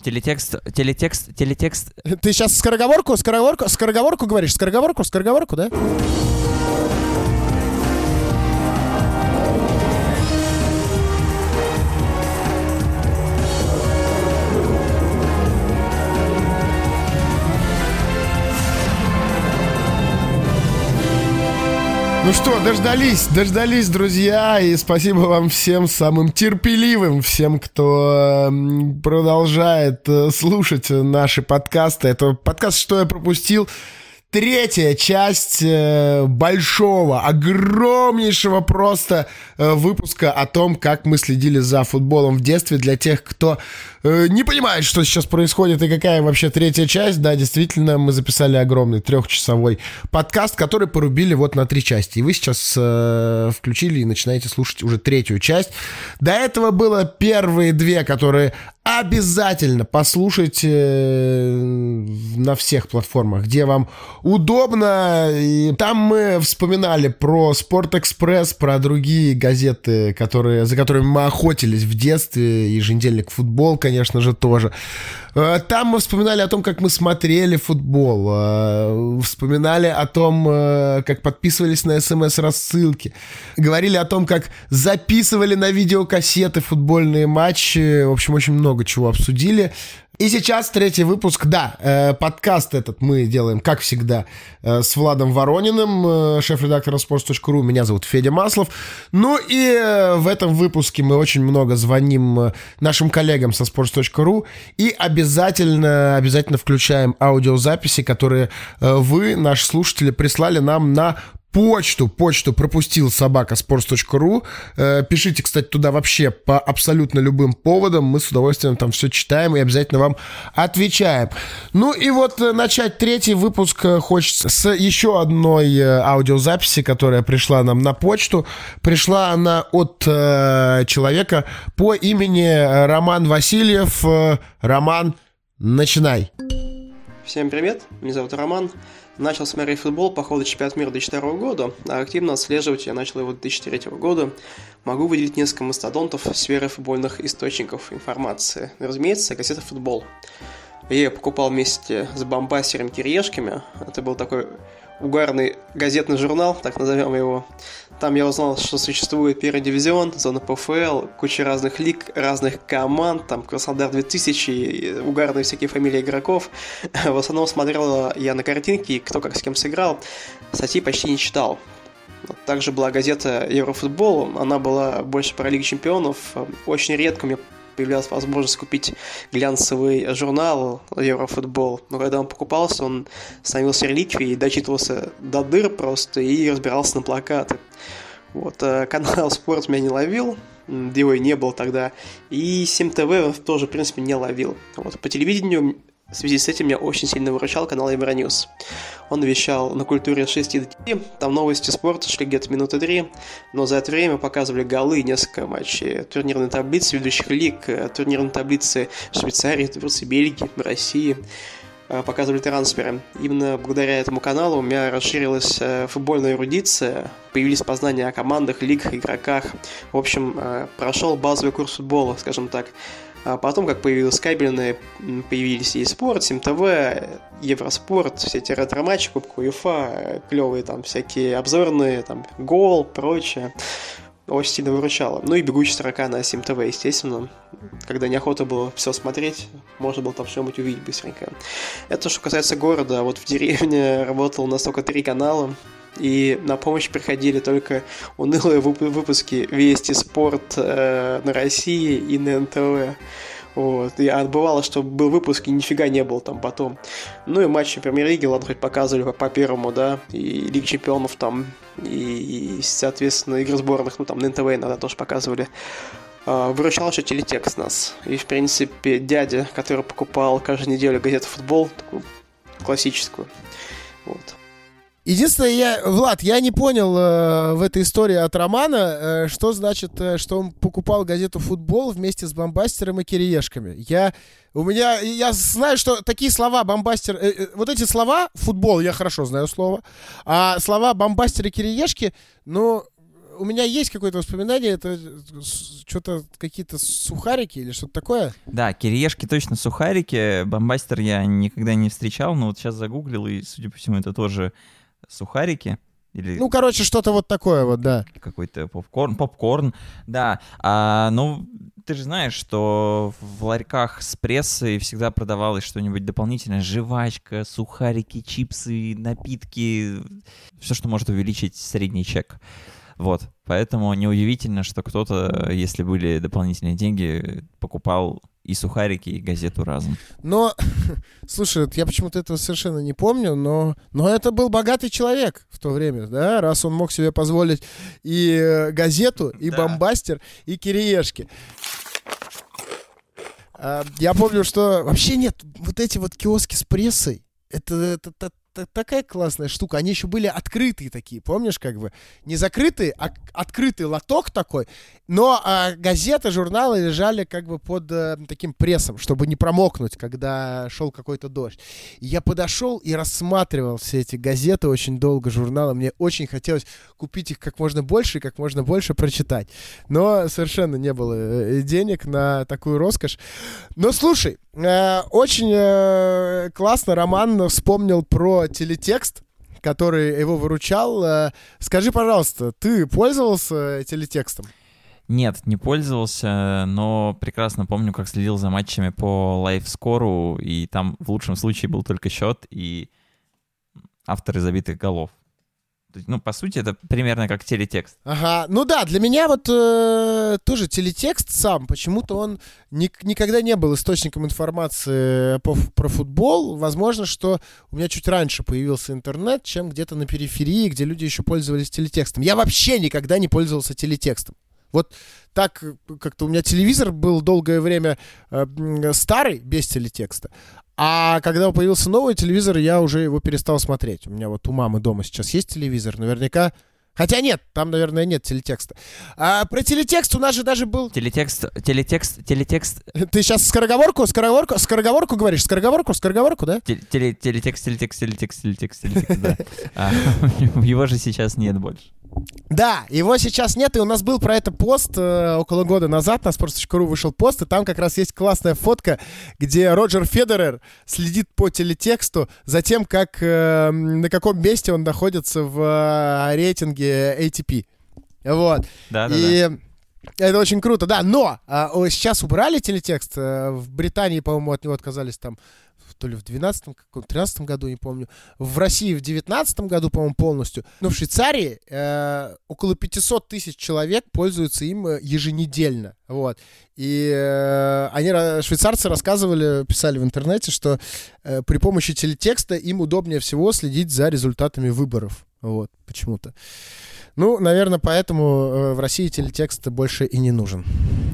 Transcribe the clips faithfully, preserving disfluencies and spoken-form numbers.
Телетекст, телетекст, телетекст. Ты сейчас скороговорку, скороговорку, скороговорку говоришь? Скороговорку, скороговорку, да? Ну что, дождались, дождались, друзья, и спасибо вам всем самым терпеливым, всем, кто продолжает слушать наши подкасты. Это подкаст «Что я пропустил?». Третья часть большого, огромнейшего просто выпуска о том, как мы следили за футболом в детстве. Для тех, кто не понимает, что сейчас происходит и какая вообще третья часть, да, действительно, мы записали огромный трехчасовой подкаст, который порубили вот на три части. И вы сейчас э, включили и начинаете слушать уже третью часть. До этого было первые две, которые обязательно послушайте на всех платформах, где вам удобно. И там мы вспоминали про Спортэкспресс, про другие газеты, которые, за которыми мы охотились в детстве. Еженедельник «Футбол», конечно же, тоже. Там мы вспоминали о том, как мы смотрели футбол. Вспоминали о том, как подписывались на смс-рассылки. Говорили о том, как записывали на видеокассеты футбольные матчи. В общем, очень много чего обсудили. И сейчас третий выпуск. Да, э, подкаст этот мы делаем, как всегда, э, с Владом Ворониным, э, шеф-редактором sports точка ru. Меня зовут Федя Маслов. Ну и э, в этом выпуске мы очень много звоним э, нашим коллегам со sports точка ru и обязательно, обязательно включаем аудиозаписи, которые э, вы, наши слушатели, прислали нам на почту, почту пропустил собака sports точка ru. Э, пишите, кстати, туда вообще по абсолютно любым поводам. Мы с удовольствием там все читаем и обязательно вам отвечаем. Ну и вот э, начать третий выпуск хочется с еще одной э, аудиозаписи, которая пришла нам на почту. Пришла она от э, человека по имени Роман Васильев. Э, Роман, начинай. Всем привет, меня зовут Роман. Начал смотреть футбол по ходу чемпионата мира две тысячи второго года, а активно отслеживать я начал его с две тысячи третьего года. Могу выделить несколько мастодонтов в сфере футбольных источников информации. И, разумеется, газета «Футбол». Я ее покупал вместе с бомбастером Кириешками. Это был такой угарный газетный журнал, так назовем его. Там я узнал, что существует первый дивизион, зона ПФЛ, куча разных лиг, разных команд, там Краснодар две тысячи, угарные всякие фамилии игроков. В основном смотрел я на картинки, кто как с кем сыграл, статьи почти не читал. Также была газета Еврофутбол, она была больше про Лигу чемпионов. Очень редко мне появлялась возможность купить глянцевый журнал Еврофутбол. Но когда он покупался, он становился реликвией, дочитывался до дыр просто и разбирался на плакаты. Вот, канал «Спорт» меня не ловил, его и не было тогда, и семь ТВ тоже, в принципе, не ловил. Вот, по телевидению в связи с этим меня очень сильно выручал канал Евроньюз. Он вещал на Культуре с шести до девяти, там новости спорта шли где-то минуты три, но за это время показывали голы и несколько матчей, турнирные таблицы ведущих лиг, турнирные таблицы Швейцарии, Турции, Бельгии, России. Показывали трансферы. Именно благодаря этому каналу у меня расширилась футбольная эрудиция, появились познания о командах, лигах, игроках. В общем, прошел базовый курс футбола, скажем так. А потом, как появились кабельные, появились и спорт, семь ТВ, Евроспорт, все эти ретро-матчи, Кубка УЕФА, клевые там всякие обзорные, там, гол, прочее. Очень сильно выручало. Ну и «Бегущая строка» на семь ТВ, естественно. Когда неохота было все смотреть, можно было там что-нибудь увидеть быстренько. Это что касается города. Вот в деревне работало у нас только три канала. И на помощь приходили только унылые выпуски «Вести», «Спорт» э, на России и на эн тэ вэ. Вот. И а бывало, что был выпуск, и нифига не было там потом. Ну и матчи Премьер-лиги, ладно, хоть показывали по, по первому, да, и Лиги чемпионов там, и, и, соответственно, игры сборных, ну там на эн тэ вэ иногда тоже показывали. А, выручал еще телетекст нас. И, в принципе, дядя, который покупал каждую неделю газету «Футбол», такую классическую, вот. Единственное, я, Влад, я не понял э, в этой истории от Романа, э, что значит, э, что он покупал газету «Футбол» вместе с бомбастером и Кириешками. Я, у меня, я знаю, что такие слова бомбастер, э, э, вот эти слова «футбол» я хорошо знаю слово, а слова бомбастер и Кириешки, ну, у меня есть какое-то воспоминание, это что-то какие-то сухарики или что-то такое. Да, кириешки точно сухарики, бомбастер я никогда не встречал, но вот сейчас загуглил, и, судя по всему, это тоже сухарики. Или... Ну, короче, что-то вот такое вот, да. Какой-то попкорн, попкорн, да. А, ну, ты же знаешь, что в ларьках с прессой всегда продавалось что-нибудь дополнительное. Жвачка, сухарики, чипсы, напитки. Все, что может увеличить средний чек. Вот. Поэтому неудивительно, что кто-то, если были дополнительные деньги, покупал и сухарики, и газету разом. Но, слушай, я почему-то этого совершенно не помню, но, но это был богатый человек в то время, да, раз он мог себе позволить и газету, и да. бомбастер, и кириешки. Я помню, что вообще нет, вот эти вот киоски с прессой, это, это, это, это такая классная штука. Они еще были открытые такие, помнишь, как бы? Не закрытый, а открытый лоток такой. Но а, газеты, журналы лежали как бы под а, таким прессом, чтобы не промокнуть, когда шел какой-то дождь. И я подошел и рассматривал все эти газеты очень долго, журналы. Мне очень хотелось купить их как можно больше и как можно больше прочитать. Но совершенно не было денег на такую роскошь. Но слушай, э, очень э, классно Роман вспомнил про телетекст, который его выручал. Скажи, пожалуйста, ты пользовался телетекстом? Нет, не пользовался, но прекрасно помню, как следил за матчами по лайв-скору, и там в лучшем случае был только счет и авторы забитых голов. Ну, по сути, это примерно как телетекст. Ага, ну да, для меня вот э, тоже телетекст сам, почему-то он ни, никогда не был источником информации по, про футбол. Возможно, что у меня чуть раньше появился интернет, чем где-то на периферии, где люди еще пользовались телетекстом. Я вообще никогда не пользовался телетекстом. Вот так как-то у меня телевизор был долгое время э, старый, без телетекста. А когда появился новый телевизор, я уже его перестал смотреть. У меня вот у мамы дома сейчас есть телевизор, наверняка... Хотя нет, там, наверное, нет телетекста. А про телетекст у нас же даже был... Телетекст, телетекст, телетекст... Ты сейчас скороговорку, скороговорку, скороговорку говоришь? Скороговорку, скороговорку, да? Теле, телетекст, телетекст, телетекст, телетекст, телетекст, да. Его же сейчас нет больше. Да, его сейчас нет, и у нас был про это пост э, около года назад, на sports точка ru вышел пост, и там как раз есть классная фотка, где Роджер Федерер следит по телетексту за тем, как, э, на каком месте он находится в э, рейтинге эй ти пи. Вот. Да, да, и... да. Это очень круто, да, но а, сейчас убрали телетекст, а, в Британии, по-моему, от него отказались там то ли в двенадцатом, каком-то тринадцатом году, не помню, в России в девятнадцатом году, по-моему, полностью, но в Швейцарии э, около пятьсот тысяч человек пользуются им еженедельно, вот, и э, они, швейцарцы рассказывали, писали в интернете, что э, при помощи телетекста им удобнее всего следить за результатами выборов, вот, почему-то. Ну, наверное, поэтому э, в России телетекст больше и не нужен.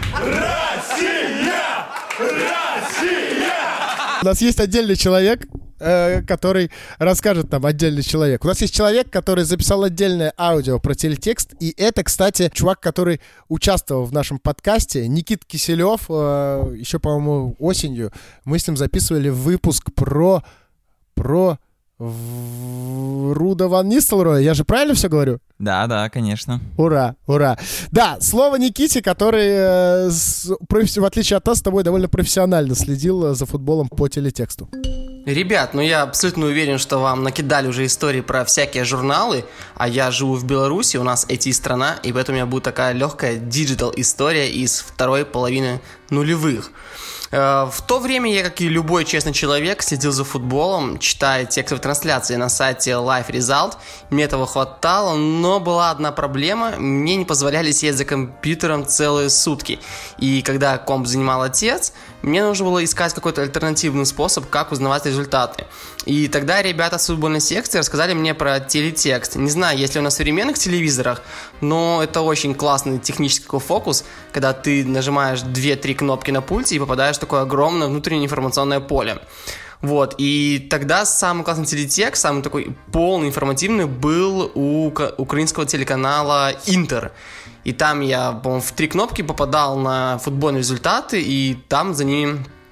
Россия! Россия! У нас есть отдельный человек, э, который расскажет нам, отдельный человек. У нас есть человек, который записал отдельное аудио про телетекст, и это, кстати, чувак, который участвовал в нашем подкасте, Никита Киселев, э, еще, по-моему, осенью. Мы с ним записывали выпуск про... про... Руда Ван Нистелрой, я же правильно все говорю? Да, да, конечно. Ура, ура. Да, слово Никите, который, э, с, в отличие от нас, с тобой довольно профессионально следил за футболом по телетексту. Ребят, ну я абсолютно уверен, что вам накидали уже истории про всякие журналы, а я живу в Беларуси, у нас ай ти-страна, и поэтому у меня будет такая легкая диджитал-история из второй половины нулевых. В то время я, как и любой честный человек, следил за футболом, читая текстовые трансляции на сайте Live Result. Мне этого хватало, но была одна проблема. Мне не позволяли сидеть за компьютером целые сутки. И когда комп занимал отец, мне нужно было искать какой-то альтернативный способ, как узнавать результаты. И тогда ребята с футбольной секции рассказали мне про телетекст. Не знаю, есть ли он на современных телевизорах, но это очень классный технический фокус, когда ты нажимаешь две-три кнопки на пульте и попадаешь в такое огромное внутреннее информационное поле. Вот, и тогда самый классный телетекст, самый такой полный, информативный, был у украинского телеканала «Интер». И там я, по-моему, в три кнопки попадал на футбольные результаты, и там за ними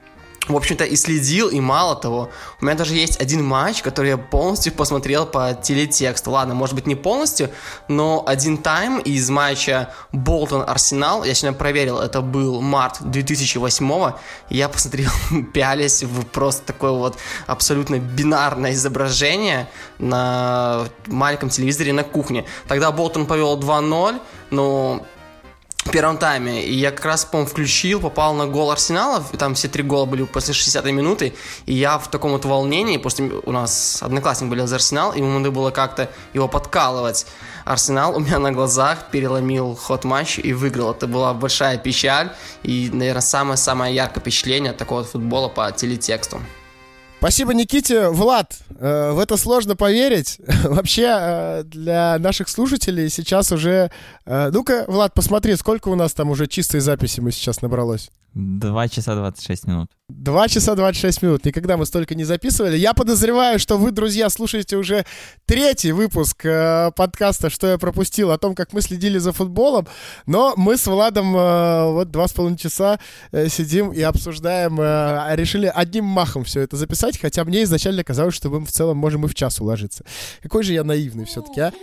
в общем-то, и следил, и мало того, у меня даже есть один матч, который я полностью посмотрел по телетексту. Ладно, может быть, не полностью, но один тайм из матча Болтон-Арсенал, я сегодня проверил, это был март две тысячи восьмого, и я посмотрел, пялясь в просто такое вот абсолютно бинарное изображение на маленьком телевизоре на кухне. Тогда Болтон повел два ноль, но... в первом тайме, и я как раз, по-моему, включил, попал на гол Арсенала, и там все три гола были после шестидесятой минуты, и я в таком вот волнении, потому что у нас одноклассник болел за Арсенал, и ему надо было как-то его подкалывать. Арсенал у меня на глазах переломил ход матча и выиграл. Это была большая печаль, и, наверное, самое-самое яркое впечатление от такого вот футбола по телетексту. Спасибо, Никите. Влад, э, в это сложно поверить. Вообще, э, для наших слушателей сейчас уже... Э, ну-ка, Влад, посмотри, сколько у нас там уже чистой записи мы сейчас набралось. два часа двадцать шесть минут. два часа двадцать шесть минут. Никогда мы столько не записывали. Я подозреваю, что вы, друзья, слушаете уже третий выпуск э, подкаста «Что я пропустил», о том, как мы следили за футболом. Но мы с Владом э, вот два с половиной часа э, сидим и обсуждаем. Э, решили одним махом все это записать, хотя мне изначально казалось, что мы в целом можем и в час уложиться. Какой же я наивный все-таки, а?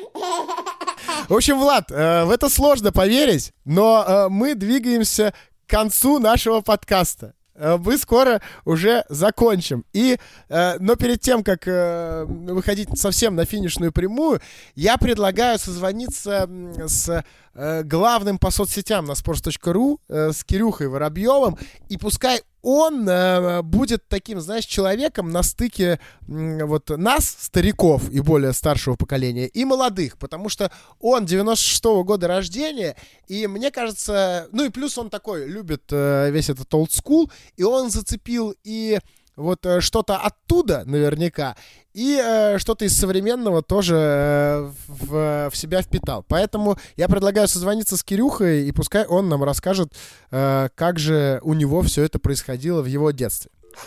В общем, Влад, э, в это сложно поверить, но э, мы двигаемся к концу нашего подкаста. Мы скоро уже закончим. И, э, но перед тем, как э, выходить совсем на финишную прямую, я предлагаю созвониться с э, главным по соцсетям на sports точка ru, э, с Кирюхой Воробьевым, и пускай он э, будет таким, знаешь, человеком на стыке э, вот нас, стариков и более старшего поколения, и молодых, потому что он девяносто шестого года рождения, и мне кажется, ну и плюс он такой, любит э, весь этот old school, и он зацепил и вот э, что-то оттуда наверняка, и э, что-то из современного тоже э, в, в себя впитал. Поэтому я предлагаю созвониться с Кирюхой, и пускай он нам расскажет, э, как же у него все это происходило в его детстве.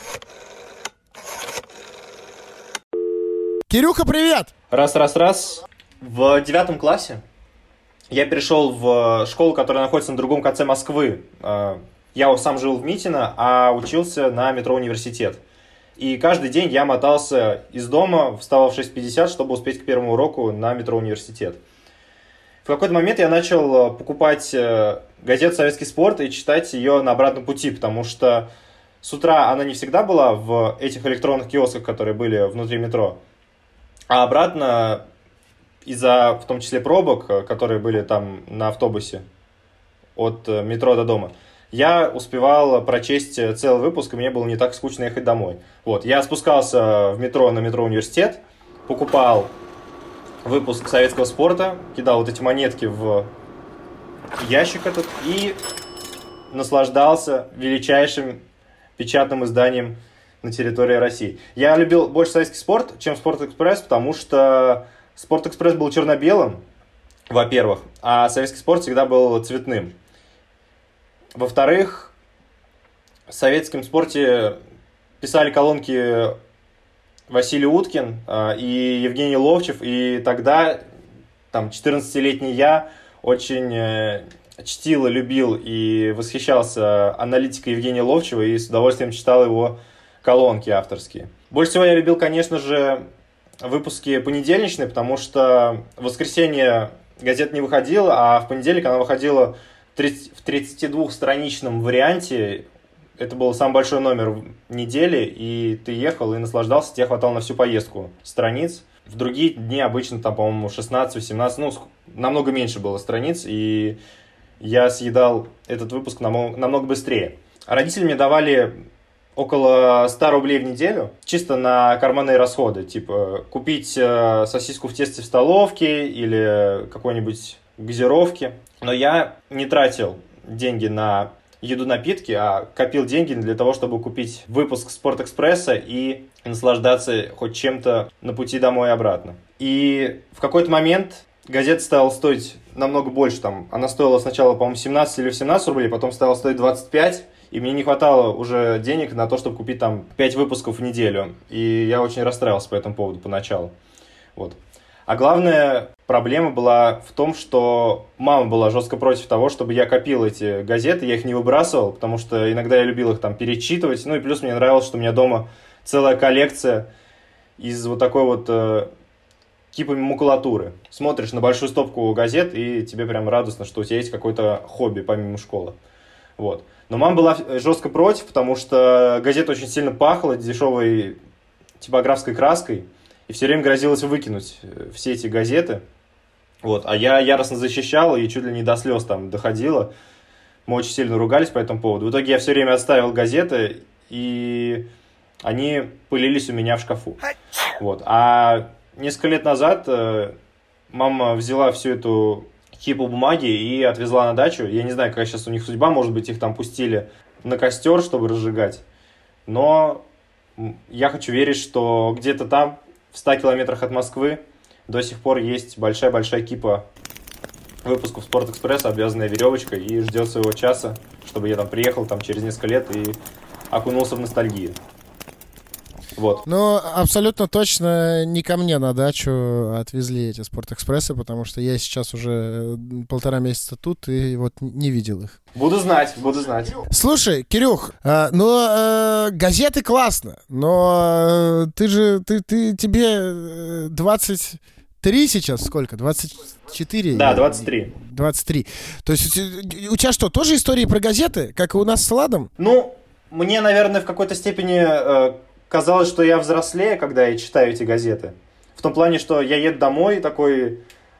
Кирюха, привет! Раз, раз, раз. В девятом классе я перешел в школу, которая находится на другом конце Москвы. Я сам жил в Митино, а учился на метро «Университет». И каждый день я мотался из дома, вставал в шесть пятьдесят, чтобы успеть к первому уроку на метро «Университет». В какой-то момент я начал покупать газету «Советский спорт» и читать ее на обратном пути, потому что с утра она не всегда была в этих электронных киосках, которые были внутри метро, а обратно из-за, в том числе, пробок, которые были там на автобусе от метро до дома, я успевал прочесть целый выпуск, и мне было не так скучно ехать домой. Вот, я спускался в метро на метро «Университет», покупал выпуск «Советского спорта», кидал вот эти монетки в ящик этот и наслаждался величайшим печатным изданием на территории России. Я любил больше «Советский спорт», чем «Спорт-экспресс», потому что «Спорт-экспресс» был черно-белым, во-первых, а «Советский спорт» всегда был цветным. Во-вторых, в «Советском спорте» писали колонки Василий Уткин э, и Евгений Ловчев, и тогда там четырнадцатилетний я очень э, чтил, любил и восхищался аналитикой Евгения Ловчева и с удовольствием читал его колонки авторские. Больше всего я любил, конечно же, выпуски понедельничные, потому что в воскресенье газета не выходила, а в понедельник она выходила в тридцатидвухстраничном варианте. Это был самый большой номер недели, и ты ехал и наслаждался, тебе хватало на всю поездку страниц. В другие дни обычно там, по-моему, шестнадцать-восемнадцать, ну, намного меньше было страниц, и я съедал этот выпуск намного, намного быстрее. Родители мне давали около ста рублей в неделю, чисто на карманные расходы, типа купить сосиску в тесте в столовке или какой-нибудь газировки. Но я не тратил деньги на еду, напитки, а копил деньги для того, чтобы купить выпуск «Спорт-экспресса» и наслаждаться хоть чем-то на пути домой и обратно. И в какой-то момент газета стала стоить намного больше. Там, она стоила сначала, по-моему, семнадцать или восемнадцать рублей, потом стала стоить двадцать пять, и мне не хватало уже денег на то, чтобы купить там пять выпусков в неделю. И я очень расстраивался по этому поводу поначалу. Вот. А главная проблема была в том, что мама была жестко против того, чтобы я копил эти газеты, я их не выбрасывал, потому что иногда я любил их там перечитывать, ну и плюс мне нравилось, что у меня дома целая коллекция из вот такой вот э, типа макулатуры. Смотришь на большую стопку газет, и тебе прям радостно, что у тебя есть какое-то хобби помимо школы. Вот. Но мама была жестко против, потому что газета очень сильно пахла дешевой типографской краской, и все время грозилось выкинуть все эти газеты. Вот. А я яростно защищал, и чуть ли не до слез там доходило. Мы очень сильно ругались по этому поводу. В итоге я все время отставил газеты, и они пылились у меня в шкафу. Вот. А несколько лет назад мама взяла всю эту кипу бумаги и отвезла на дачу. Я не знаю, какая сейчас у них судьба. Может быть, их там пустили на костер, чтобы разжигать. Но я хочу верить, что где-то там, в ста километрах от Москвы, до сих пор есть большая-большая кипа выпусков «Спортэкспресса», обвязанная веревочкой, и ждет своего часа, чтобы я там приехал там, через несколько лет и окунулся в ностальгию. Вот. Ну, абсолютно точно не ко мне на дачу отвезли эти «Спортэкспрессы», потому что я сейчас уже полтора месяца тут и вот не видел их. Буду знать, буду знать. Слушай, Кирюх, э, ну, э, газеты классно, но э, ты же, ты, ты, тебе двадцать три сейчас, сколько? двадцать четыре? Да, двадцать три. двадцать три. То есть у, у тебя что, тоже истории про газеты, как и у нас с Владом? Ну, мне, наверное, в какой-то степени... Э, казалось, что я взрослее, когда я читаю эти газеты. В том плане, что я еду домой, такой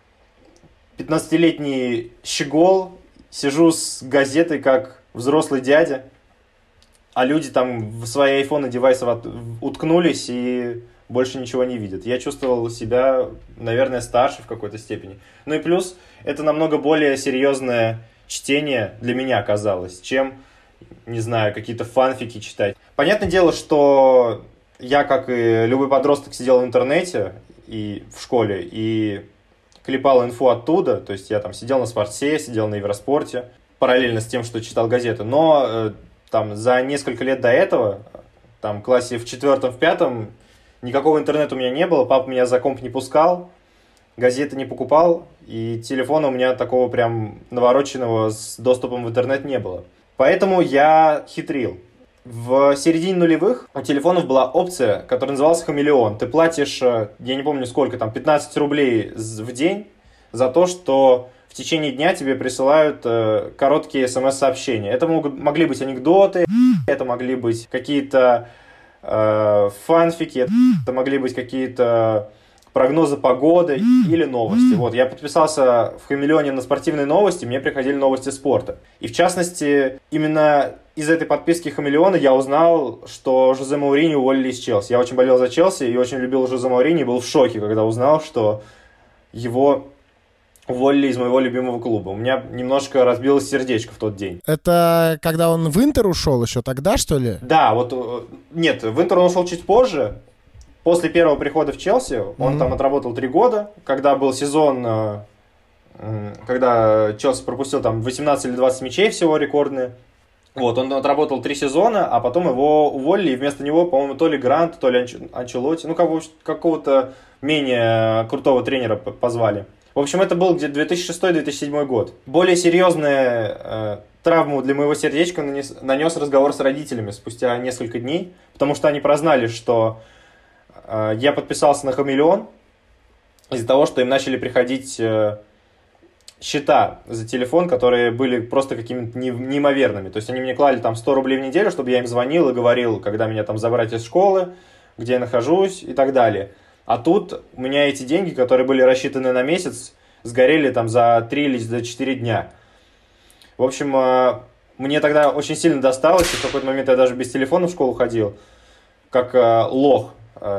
пятнадцатилетний щегол, сижу с газетой, как взрослый дядя, а люди там в свои айфоны, девайсы уткнулись и больше ничего не видят. Я чувствовал себя, наверное, старше в какой-то степени. Ну и плюс, это намного более серьезное чтение для меня казалось, чем... не знаю, какие-то фанфики читать. Понятное дело, что я, как и любой подросток, сидел в интернете и в школе и клепал инфу оттуда. То есть я там сидел на Спорте, сидел на Евроспорте, параллельно с тем, что читал газеты. Но э, там за несколько лет до этого, там в классе в четвертом, в пятом, никакого интернета у меня не было, папа меня за комп не пускал, газеты не покупал, и телефона у меня такого прям навороченного с доступом в интернет не было. Поэтому я хитрил. В середине нулевых у телефонов была опция, которая называлась «Хамелеон». Ты платишь, я не помню сколько, там пятнадцать рублей в день за то, что в течение дня тебе присылают э, короткие смс-сообщения. Это могут, могли быть анекдоты, это могли быть какие-то э, фанфики, это могли быть какие-то... прогнозы погоды или новости. Вот, я подписался в Хамелеоне на спортивные новости, мне приходили новости спорта. И в частности, именно из этой подписки Хамелеона я узнал, что Жозе Мауриньи уволили из Челси. Я очень болел за Челси и очень любил Жозе Мауриньи, был в шоке, когда узнал, что его уволили из моего любимого клуба. У меня немножко разбилось сердечко в тот день. Это когда он в Интер ушел еще тогда, что ли? Да, вот, нет, в Интер он ушел чуть позже. После первого прихода в Челси он mm-hmm. там отработал три года, когда был сезон, когда Челси пропустил там восемнадцать или двадцать мячей всего рекордные. Вот, он отработал три сезона, а потом его уволили, и вместо него, по-моему, то ли Грант, то ли Анчелотти, ну, какого-то менее крутого тренера позвали. В общем, это был где-то две тысячи шестой - две тысячи седьмой год. Более серьезная э, травму для моего сердечка нанес, нанес разговор с родителями спустя несколько дней, потому что они прознали, что э, я подписался на Хамелеон из-за того, что им начали приходить э, счета за телефон, которые были просто какими-то неимоверными. То есть они мне клали там сто рублей в неделю, чтобы я им звонил и говорил, когда меня там забрать из школы, где я нахожусь и так далее. А тут у меня эти деньги, которые были рассчитаны на месяц, сгорели там за три или за четыре дня. В общем, мне тогда очень сильно досталось, и в какой-то момент я даже без телефона в школу ходил, как лох.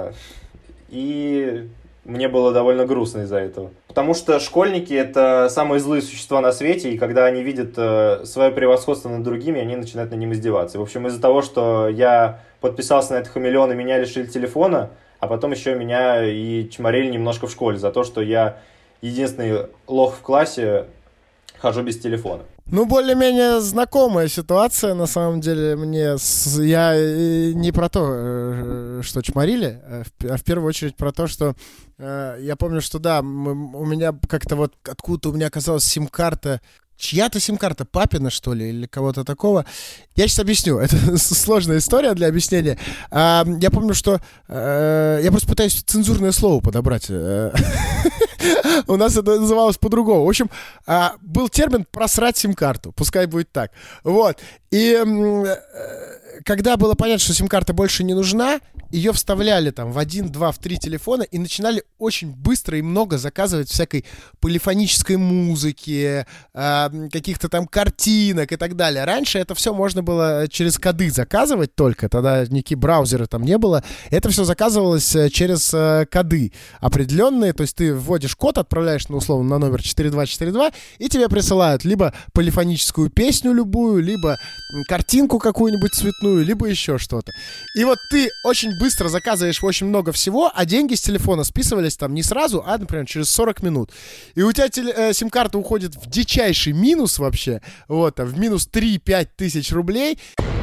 И мне было довольно грустно из-за этого. Потому что школьники – это самые злые существа на свете, и когда они видят свое превосходство над другими, они начинают над ним издеваться. В общем, из-за того, что я подписался на этот Хамелеон, и меня лишили телефона, а потом еще меня и чморили немножко в школе за то, что я единственный лох в классе, хожу без телефона. Ну, более-менее знакомая ситуация, на самом деле, мне. С, я не про то, что чморили, а в первую очередь про то, что э, я помню, что да, мы, у меня как-то вот откуда-то у меня оказалась сим-карта, чья-то сим-карта, папина, что ли, или кого-то такого. Я сейчас объясню. Это сложная история для объяснения. А, я помню, что... А, я просто пытаюсь цензурное слово подобрать. У нас это называлось по-другому. В общем, а, был термин «просрать сим-карту». Пускай будет так. Вот. И когда было понятно, что сим-карта больше не нужна, ее вставляли там в один, два, в три телефона и начинали очень быстро и много заказывать всякой полифонической музыки, э, каких-то там картинок и так далее. Раньше это все можно было через коды заказывать только, тогда никакие браузеры там не было. Это все заказывалось через э, коды определенные, то есть ты вводишь код, отправляешь, ну, условно, на номер четыре два четыре два, и тебе присылают либо полифоническую песню любую, либо картинку какую-нибудь цветную, либо еще что-то. И вот ты очень быстро заказываешь очень много всего, а деньги с телефона списывались там не сразу, а, например, через сорок минут. И у тебя теле- э, сим-карта уходит в дичайший минус вообще, вот, там, в минус три-пять тысяч рублей.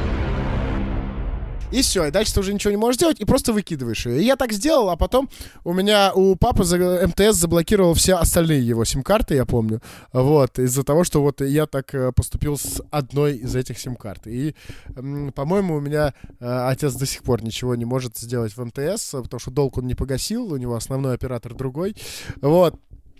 И все, и дальше ты уже ничего не можешь делать, и просто выкидываешь ее. И я так сделал, а потом у меня, у папы эм тэ эс заблокировал все остальные его сим-карты, я помню. Вот, из-за того, что вот я так поступил с одной из этих сим-карт. И, по-моему, у меня отец до сих пор ничего не может сделать в эм тэ эс, потому что долг он не погасил, у него основной оператор другой. Вот.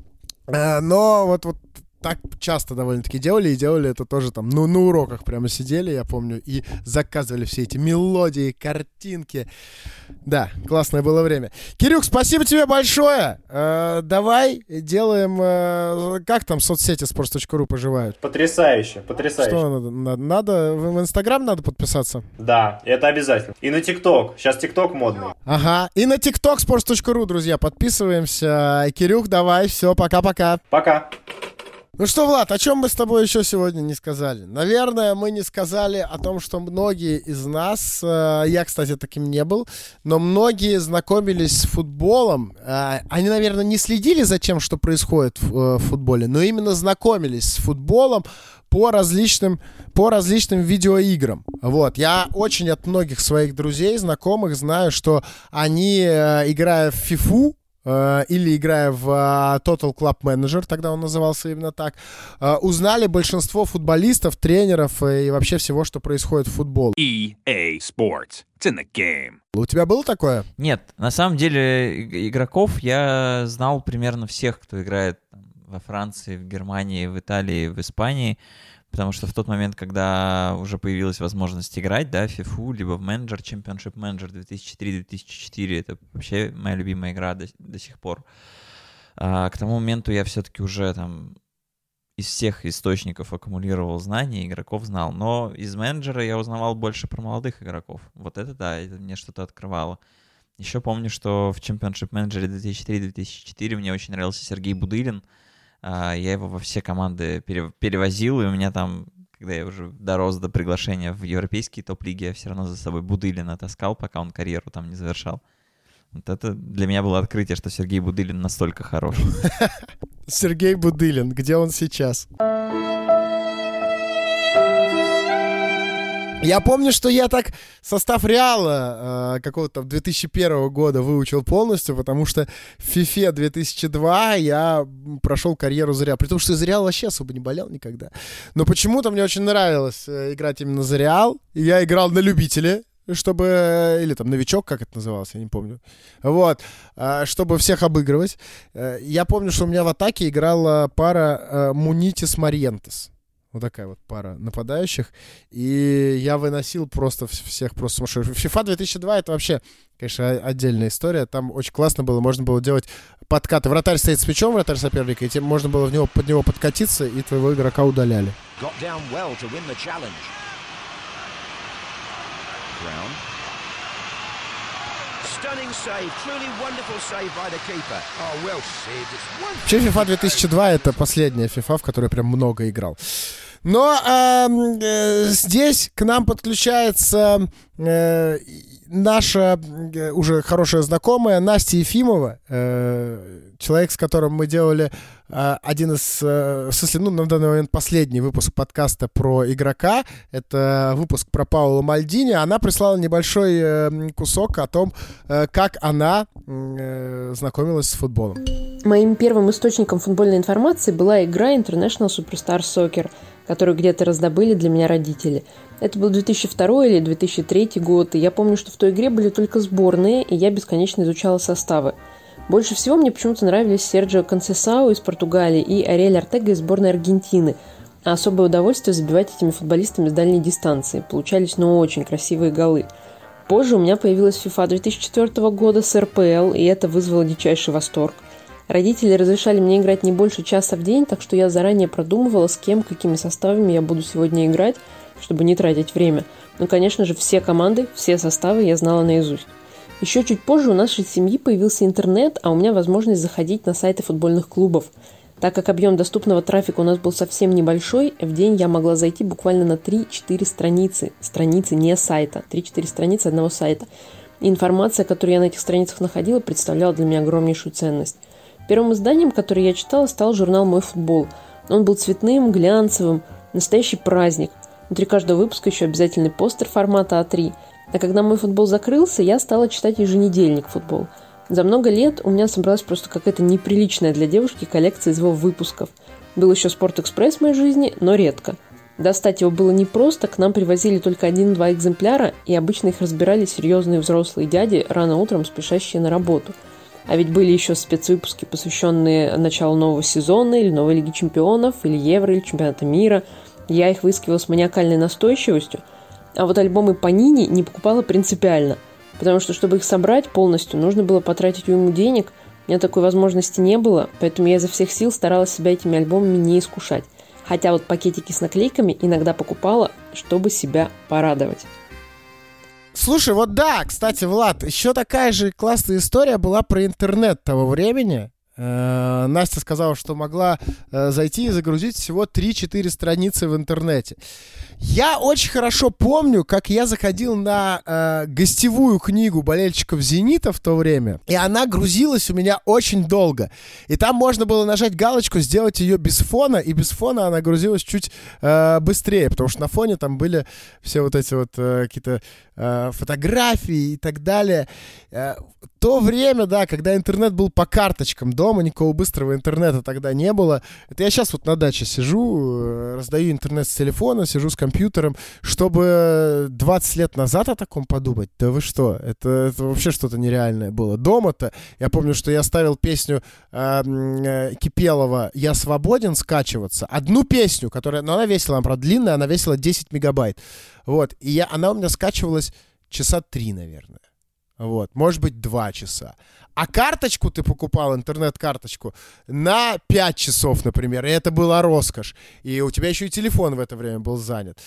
Но вот, вот так часто довольно-таки делали, и делали это тоже там, ну, на уроках прямо сидели, я помню, и заказывали все эти мелодии, картинки. Да, классное было время. Кирюх, спасибо тебе большое. Э, давай делаем... Э, как там соцсети sports точка ru поживают? Потрясающе, потрясающе. Что надо? Надо, надо в Инстаграм надо подписаться? Да, это обязательно. И на ТикТок. Сейчас ТикТок модный. Ага. И на ТикТок sports точка ru, друзья, подписываемся. Кирюх, давай, все, пока-пока. Пока. Ну что, Влад, о чем мы с тобой еще сегодня не сказали? Наверное, мы не сказали о том, что многие из нас, э, я, кстати, таким не был, но многие знакомились с футболом. Э, они, наверное, не следили за тем, что происходит в, э, в футболе, но именно знакомились с футболом по различным, по различным видеоиграм. Вот. Я очень от многих своих друзей, знакомых знаю, что они, э, играя в фифу, или играя в uh, Total Club Manager, тогда он назывался именно так, uh, узнали большинство футболистов, тренеров и вообще всего, что происходит в футболе. и эй Sports. It's in the game. У тебя было такое? Нет, на самом деле игроков я знал примерно всех, кто играет там, во Франции, в Германии, в Италии, в Испании, потому что в тот момент, когда уже появилась возможность играть, да, в фифу, либо в менеджер, Championship Manager две тысячи три - две тысячи четыре, это вообще моя любимая игра до, до сих пор. А, к тому моменту я все-таки уже там из всех источников аккумулировал знания, игроков знал, но из менеджера я узнавал больше про молодых игроков. Вот это да, это мне что-то открывало. Еще помню, что в Championship Manager две тысячи три - две тысячи четыре мне очень нравился Сергей Будылин. Я его во все команды перевозил, и у меня там, когда я уже дорос до приглашения в европейские топ-лиги, я все равно за собой Будылина таскал, пока он карьеру там не завершал. Вот это для меня было открытие, что Сергей Будылин настолько хорош. Сергей Будылин, где он сейчас? Я помню, что я так состав Реала э, какого-то две тысячи первого года выучил полностью, потому что в фифе две тысячи два я прошел карьеру за Реал. При том, что за Реал вообще особо не болел никогда. Но почему-то мне очень нравилось э, играть именно за Реал. И я играл на любителя, чтобы... Или там новичок, как это называлось, я не помню. Вот. Э, чтобы всех обыгрывать. Э, я помню, что у меня в атаке играла пара э, Мунитис-Мариентес. Вот такая вот пара нападающих. И я выносил просто всех просто сумасшедших. фифа две тысячи два это вообще, конечно, отдельная история. Там очень классно было. Можно было делать подкаты. Вратарь стоит с мячом, вратарь соперника, и тем можно было в него, под него подкатиться, и твоего игрока удаляли. Вообще, фифа две тысячи два это последняя фифа, в которой я прям много играл. Но э, э, здесь к нам подключается э, наша э, уже хорошая знакомая Настя Ефимова, э, человек, с которым мы делали э, один из, э, в смысле, ну, на данный момент последний выпуск подкаста про игрока. Это выпуск про Паоло Мальдини. Она прислала небольшой э, кусок о том, э, как она э, знакомилась с футболом. Моим первым источником футбольной информации была игра International Superstar Soccer, которую где-то раздобыли для меня родители. Это был две тысячи второй или две тысячи третий год, и я помню, что в той игре были только сборные, и я бесконечно изучала составы. Больше всего мне почему-то нравились Серджио Консесау из Португалии и Ариэль Ортега из сборной Аргентины, а особое удовольствие забивать этими футболистами с дальней дистанции. Получались, ну, очень красивые голы. Позже у меня появилась FIFA две тысячи четвёртого года с эр пэ эл, и это вызвало дичайший восторг. Родители разрешали мне играть не больше часа в день, так что я заранее продумывала, с кем, какими составами я буду сегодня играть, чтобы не тратить время. Ну, конечно же, все команды, все составы я знала наизусть. Еще чуть позже у нашей семьи появился интернет, а у меня возможность заходить на сайты футбольных клубов. Так как объем доступного трафика у нас был совсем небольшой, в день я могла зайти буквально на три-четыре страницы. Страницы не сайта. три-четыре страницы одного сайта. И информация, которую я на этих страницах находила, представляла для меня огромнейшую ценность. Первым изданием, которое я читала, стал журнал «Мой футбол». Он был цветным, глянцевым, настоящий праздник. Внутри каждого выпуска еще обязательный постер формата а три. А когда «Мой футбол» закрылся, я стала читать еженедельник «Футбол». За много лет у меня собралась просто какая-то неприличная для девушки коллекция из его выпусков. Был еще «Спорт-экспресс» в моей жизни, но редко. Достать его было непросто, к нам привозили только один-два экземпляра, и обычно их разбирали серьезные взрослые дяди, рано утром спешащие на работу. А ведь были еще спецвыпуски, посвященные началу нового сезона, или новой Лиги Чемпионов, или Евро, или Чемпионата мира. Я их выискивала с маниакальной настойчивостью. А вот альбомы Панини не покупала принципиально. Потому что, чтобы их собрать полностью, нужно было потратить уйму денег. У меня такой возможности не было, поэтому я изо всех сил старалась себя этими альбомами не искушать. Хотя вот пакетики с наклейками иногда покупала, чтобы себя порадовать. Слушай, вот да, кстати, Влад, еще такая же классная история была про интернет того времени. Э-э, Настя сказала, что могла э, зайти и загрузить всего три-четыре страницы в интернете. Я очень хорошо помню, как я заходил на э, гостевую книгу болельщиков «Зенита» в то время, и она грузилась у меня очень долго. И там можно было нажать галочку, сделать ее без фона, и без фона она грузилась чуть э, быстрее, потому что на фоне там были все вот эти вот э, какие-то э, фотографии и так далее. Э, то время, да, когда интернет был по карточкам дома, никакого быстрого интернета тогда не было. Это я сейчас вот на даче сижу, э, раздаю интернет с телефона, сижу с компьютером, чтобы двадцать лет назад о таком подумать. Да вы что? Это, это вообще что-то нереальное было. Дома-то, я помню, что я ставил песню э, э, Кипелова «Я свободен» скачиваться. Одну песню, которая, ну, она весила, она, правда, длинная, она весила десять мегабайт. Вот. И я, она у меня скачивалась часа три, наверное. Вот. Может быть, два часа. А карточку ты покупал, интернет-карточку, на пять часов, например. И это была роскошь. И у тебя еще и телефон в это время был занят.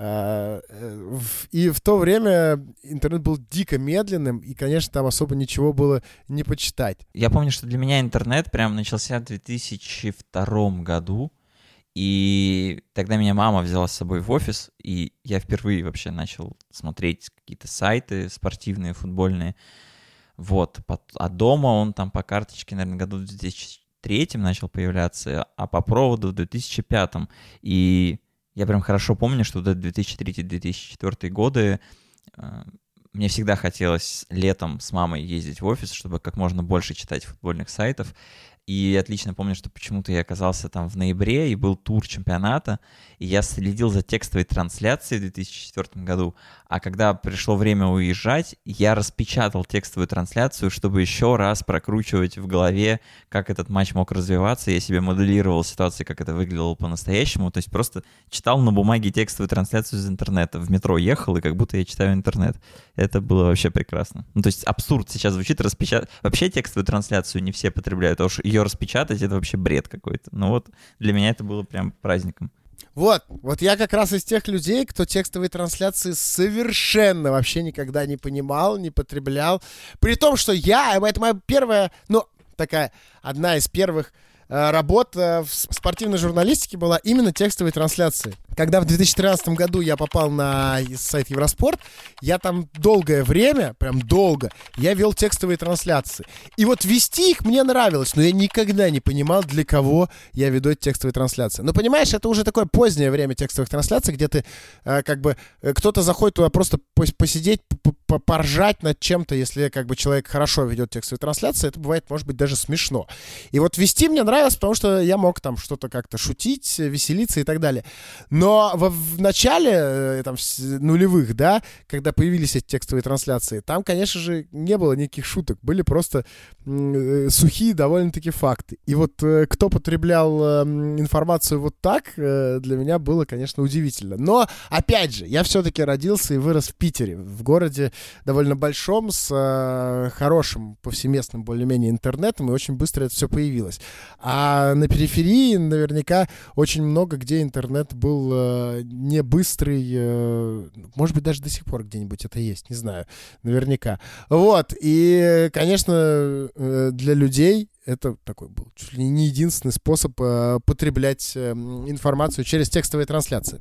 И в то время интернет был дико медленным, и, конечно, там особо ничего было не почитать. Я помню, что для меня интернет прям начался в две тысячи втором году. И тогда меня мама взяла с собой в офис, и я впервые вообще начал смотреть какие-то сайты спортивные, футбольные. Вот. А дома он там по карточке, наверное, году в две тысячи третьем начал появляться, а по проводу в две тысячи пятом. И я прям хорошо помню, что в две тысячи третий - две тысячи четвёртый годы э, мне всегда хотелось летом с мамой ездить в офис, чтобы как можно больше читать футбольных сайтов. И отлично помню, что почему-то я оказался там в ноябре, и был тур чемпионата, и я следил за текстовой трансляцией в две тысячи четвёртом году, а когда пришло время уезжать, я распечатал текстовую трансляцию, чтобы еще раз прокручивать в голове, как этот матч мог развиваться, я себе моделировал ситуацию, как это выглядело по-настоящему, то есть просто читал на бумаге текстовую трансляцию из интернета, в метро ехал, и как будто я читаю интернет. Это было вообще прекрасно. Ну, то есть абсурд сейчас звучит, распечатать. Вообще текстовую трансляцию не все потребляют, а уж ее распечатать — это вообще бред какой-то. Но вот для меня это было прям праздником. Вот, вот я как раз из тех людей, кто текстовые трансляции совершенно вообще никогда не понимал, не потреблял. При том, что я, это моя первая, ну, такая, одна из первых э, работ э, в спортивной журналистике была именно текстовые трансляции. когда в две тысячи тринадцатом году я попал на сайт Евроспорт, я там долгое время, прям долго, я вел текстовые трансляции. И вот вести их мне нравилось, но я никогда не понимал, для кого я веду эти текстовые трансляции. Но понимаешь, это уже такое позднее время текстовых трансляций, где ты э, как бы, э, кто-то заходит туда просто посидеть, поржать над чем-то, если как бы человек хорошо ведет текстовые трансляции, это бывает, может быть, даже смешно. И вот вести мне нравилось, потому что я мог там что-то как-то шутить, веселиться и так далее. Но в, в начале, там, нулевых, да, когда появились эти текстовые трансляции, там, конечно же, не было никаких шуток. Были просто э, сухие довольно-таки факты. И вот э, кто потреблял э, информацию вот так, э, для меня было, конечно, удивительно. Но, опять же, я все-таки родился и вырос в Питере, в городе довольно большом, с э, хорошим повсеместным более-менее интернетом, и очень быстро это все появилось. А на периферии наверняка очень много где интернет был э, не быстрый, э, может быть, даже до сих пор где-нибудь это есть, не знаю, наверняка. Вот, и, конечно, э, для людей это такой был чуть ли не единственный способ э, потреблять э, информацию через текстовые трансляции.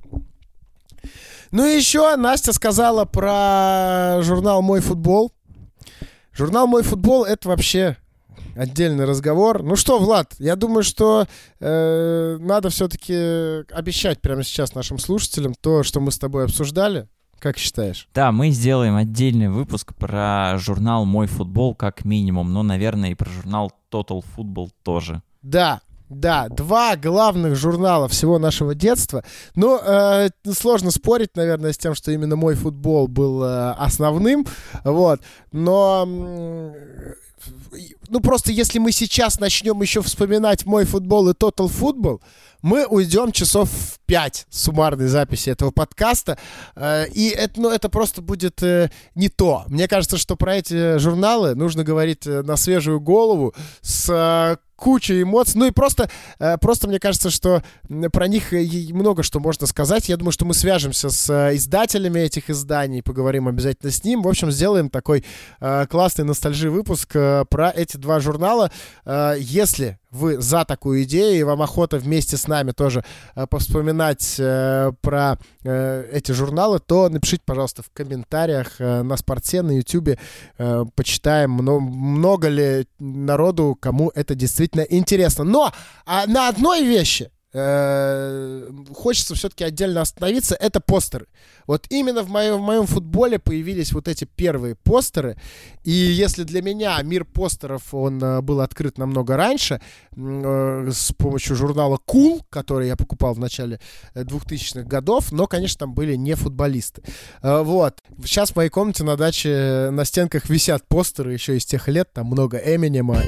Ну и еще Настя сказала про журнал «Мой футбол». Журнал «Мой футбол» — это вообще отдельный разговор. Ну что, Влад, я думаю, что э, надо все-таки обещать прямо сейчас нашим слушателям то, что мы с тобой обсуждали. Как считаешь? Да, мы сделаем отдельный выпуск про журнал «Мой футбол» как минимум, но, наверное, и про журнал Total Football тоже. Да. Да, два главных журнала всего нашего детства. Ну, э, сложно спорить, наверное, с тем, что именно «Мой футбол» был э, основным, вот. Но, э, ну, просто если мы сейчас начнем еще вспоминать «Мой футбол» и Total Football, мы уйдем часов в пять суммарной записи этого подкаста, э, и это, ну, это просто будет э, не то. Мне кажется, что про эти журналы нужно говорить на свежую голову, с э, куча эмоций. Ну и просто, просто мне кажется, что про них много что можно сказать. Я думаю, что мы свяжемся с издателями этих изданий, поговорим обязательно с ним. В общем, сделаем такой классный ностальжи-выпуск про эти два журнала. Если вы за такую идею, и вам охота вместе с нами тоже повспоминать про эти журналы, то напишите, пожалуйста, в комментариях на Спорте, на Ютубе. Почитаем, много ли народу, кому это действительно интересно. Но а на одной вещи э, хочется все-таки отдельно остановиться. Это постеры. Вот именно в моем, в моем футболе появились вот эти первые постеры. И если для меня мир постеров, он э, был открыт намного раньше, э, с помощью журнала Cool, который я покупал в начале двухтысячных годов, но, конечно, там были не футболисты. Э, вот. Сейчас в моей комнате на даче на стенках висят постеры еще из тех лет. Там много Эминема.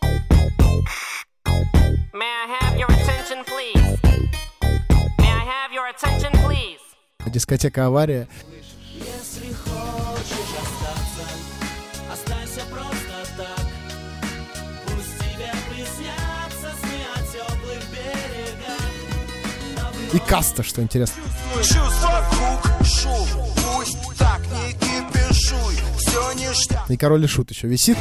May I have your attention, please? May I have your attention, please? Дискотека «Авария». Если хочешь остаться, останься просто так. Пусть тебе приснятся сны о теплых берегах. И «Каста», что интересно. И «Король и Шут» еще висит.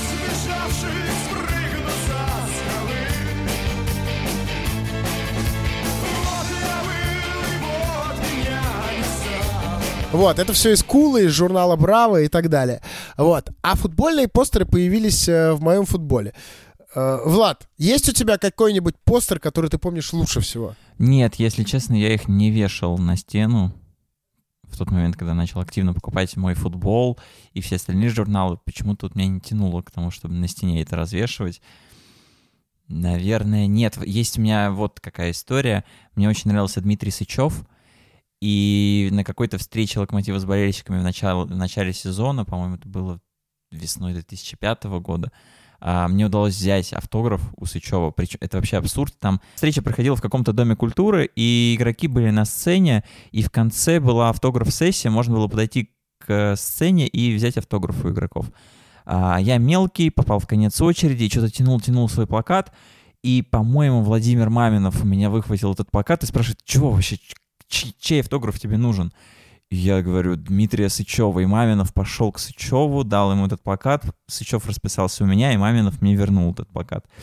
Вот, это все из Кула, из журнала «Браво» и так далее. Вот. А футбольные постеры появились э, в моем футболе. Э, Влад, есть у тебя какой-нибудь постер, который ты помнишь лучше всего? Нет, если честно, я их не вешал на стену в тот момент, когда начал активно покупать «Мой футбол» и все остальные журналы. Почему-то вот меня не тянуло к тому, чтобы на стене это развешивать. Наверное, нет. Есть у меня вот какая история. Мне очень нравился Дмитрий Сычев. И на какой-то встрече «Локомотива» с болельщиками в начале, в начале сезона, по-моему, это было весной две тысячи пятого года, а, мне удалось взять автограф у Сычева. Причем это вообще абсурд. Там встреча проходила в каком-то доме культуры, и игроки были на сцене, и в конце была автограф-сессия, можно было подойти к сцене и взять автограф у игроков. А, я мелкий, попал в конец очереди, и что-то тянул-тянул свой плакат, и, по-моему, Владимир Маминов у меня выхватил этот плакат и спрашивает, чего вообще, чей автограф тебе нужен? И я говорю, Дмитрия Сычева. И Маминов пошел к Сычеву, дал ему этот плакат. Сычев расписался у меня, и Маминов мне вернул этот плакат.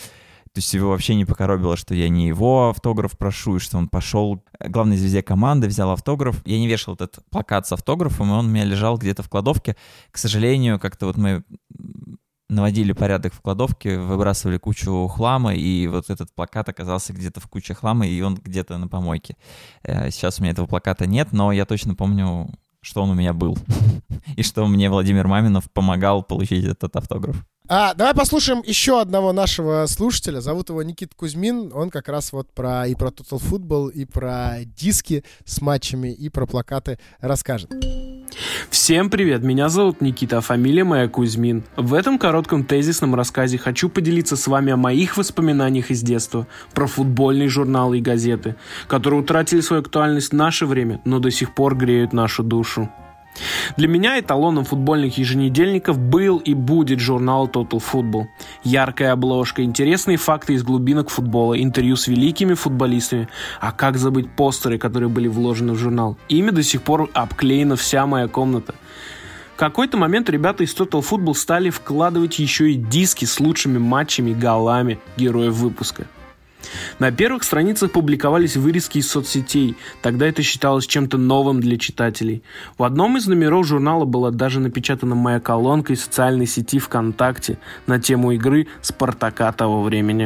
То есть его вообще не покоробило, что я не его автограф прошу, и что он пошел к главной звезде команды, взял автограф. Я не вешал этот плакат с автографом, и он у меня лежал где-то в кладовке. К сожалению, как-то вот мы наводили порядок в кладовке, выбрасывали кучу хлама, и вот этот плакат оказался где-то в куче хлама, и он где-то на помойке. Сейчас у меня этого плаката нет, но я точно помню, что он у меня был. И что мне Владимир Маминов помогал получить этот автограф. А, давай послушаем еще одного нашего слушателя. Зовут его Никита Кузьмин. Он как раз вот про и про Total Football, и про диски с матчами, и про плакаты расскажет. Всем привет, меня зовут Никита, а фамилия моя Кузьмин. В этом коротком тезисном рассказе хочу поделиться с вами о моих воспоминаниях из детства про футбольные журналы и газеты, которые утратили свою актуальность в наше время, но до сих пор греют нашу душу. Для меня эталоном футбольных еженедельников был и будет журнал Total Football. Яркая обложка, интересные факты из глубинок футбола, интервью с великими футболистами. А как забыть постеры, которые были вложены в журнал? Ими до сих пор обклеена вся моя комната. В какой-то момент ребята из Total Football стали вкладывать еще и диски с лучшими матчами и голами героев выпуска. На первых страницах публиковались вырезки из соцсетей, тогда это считалось чем-то новым для читателей. В одном из номеров журнала была даже напечатана моя колонка из социальной сети ВКонтакте на тему игры «Спартака» того времени.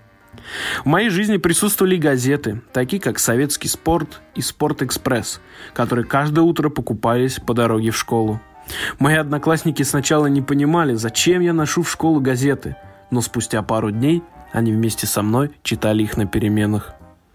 В моей жизни присутствовали газеты, такие как «Советский спорт» и «Спорт-экспресс», которые каждое утро покупались по дороге в школу. Мои одноклассники сначала не понимали, зачем я ношу в школу газеты, но спустя пару дней они вместе со мной читали их на переменах.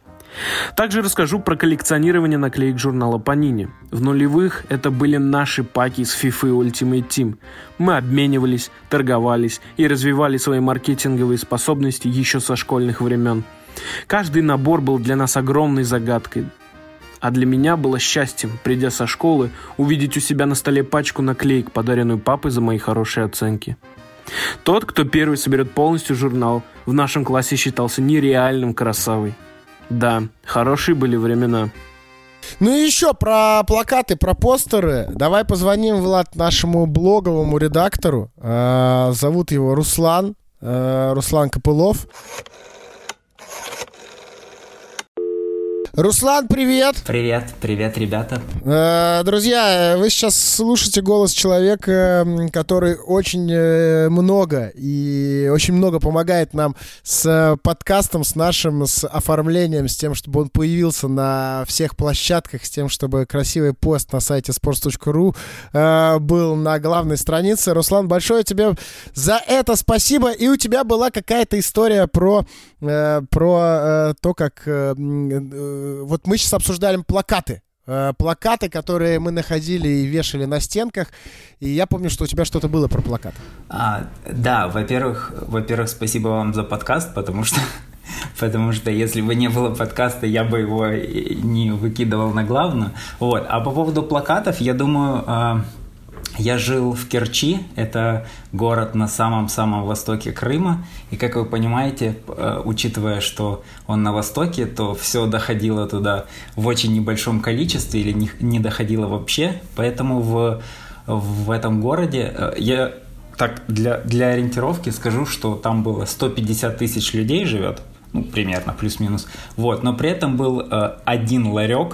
Также расскажу про коллекционирование наклеек журнала Panini. В нулевых это были наши паки из FIFA и Ultimate Team. Мы обменивались, торговались и развивали свои маркетинговые способности еще со школьных времен. Каждый набор был для нас огромной загадкой. А для меня было счастьем, придя со школы, увидеть у себя на столе пачку наклеек, подаренную папой за мои хорошие оценки. Тот, кто первый соберет полностью журнал, в нашем классе считался нереальным красавой. Да, хорошие были времена. Ну и еще про плакаты, про постеры. Давай позвоним, Влад, нашему блоговому редактору. Э-э, зовут его Руслан. Э-э, Руслан Копылов. Руслан, привет! Привет, привет, ребята. Э, друзья, вы сейчас слушаете голос человека, который очень э, много и очень много помогает нам с подкастом, с нашим, с оформлением, с тем, чтобы он появился на всех площадках, с тем, чтобы красивый пост на сайте sports точка ru э, был на главной странице. Руслан, большое тебе за это спасибо. И у тебя была какая-то история про, э, про э, то, как... Э, э, Вот мы сейчас обсуждали плакаты. Э, плакаты, которые мы находили и вешали на стенках. И я помню, что у тебя что-то было про плакаты. А, да, во-первых, во-первых, спасибо вам за подкаст, потому что, потому что если бы не было подкаста, я бы его не выкидывал на главную. Вот. А по поводу плакатов, я думаю... Я жил в Керчи, это город на самом-самом востоке Крыма, и, как вы понимаете, учитывая, что он на востоке, то все доходило туда в очень небольшом количестве или не, не доходило вообще, поэтому в, в этом городе, я так для, для ориентировки скажу, что там было сто пятьдесят тысяч людей живет, ну, примерно, плюс-минус, вот, но при этом был один ларек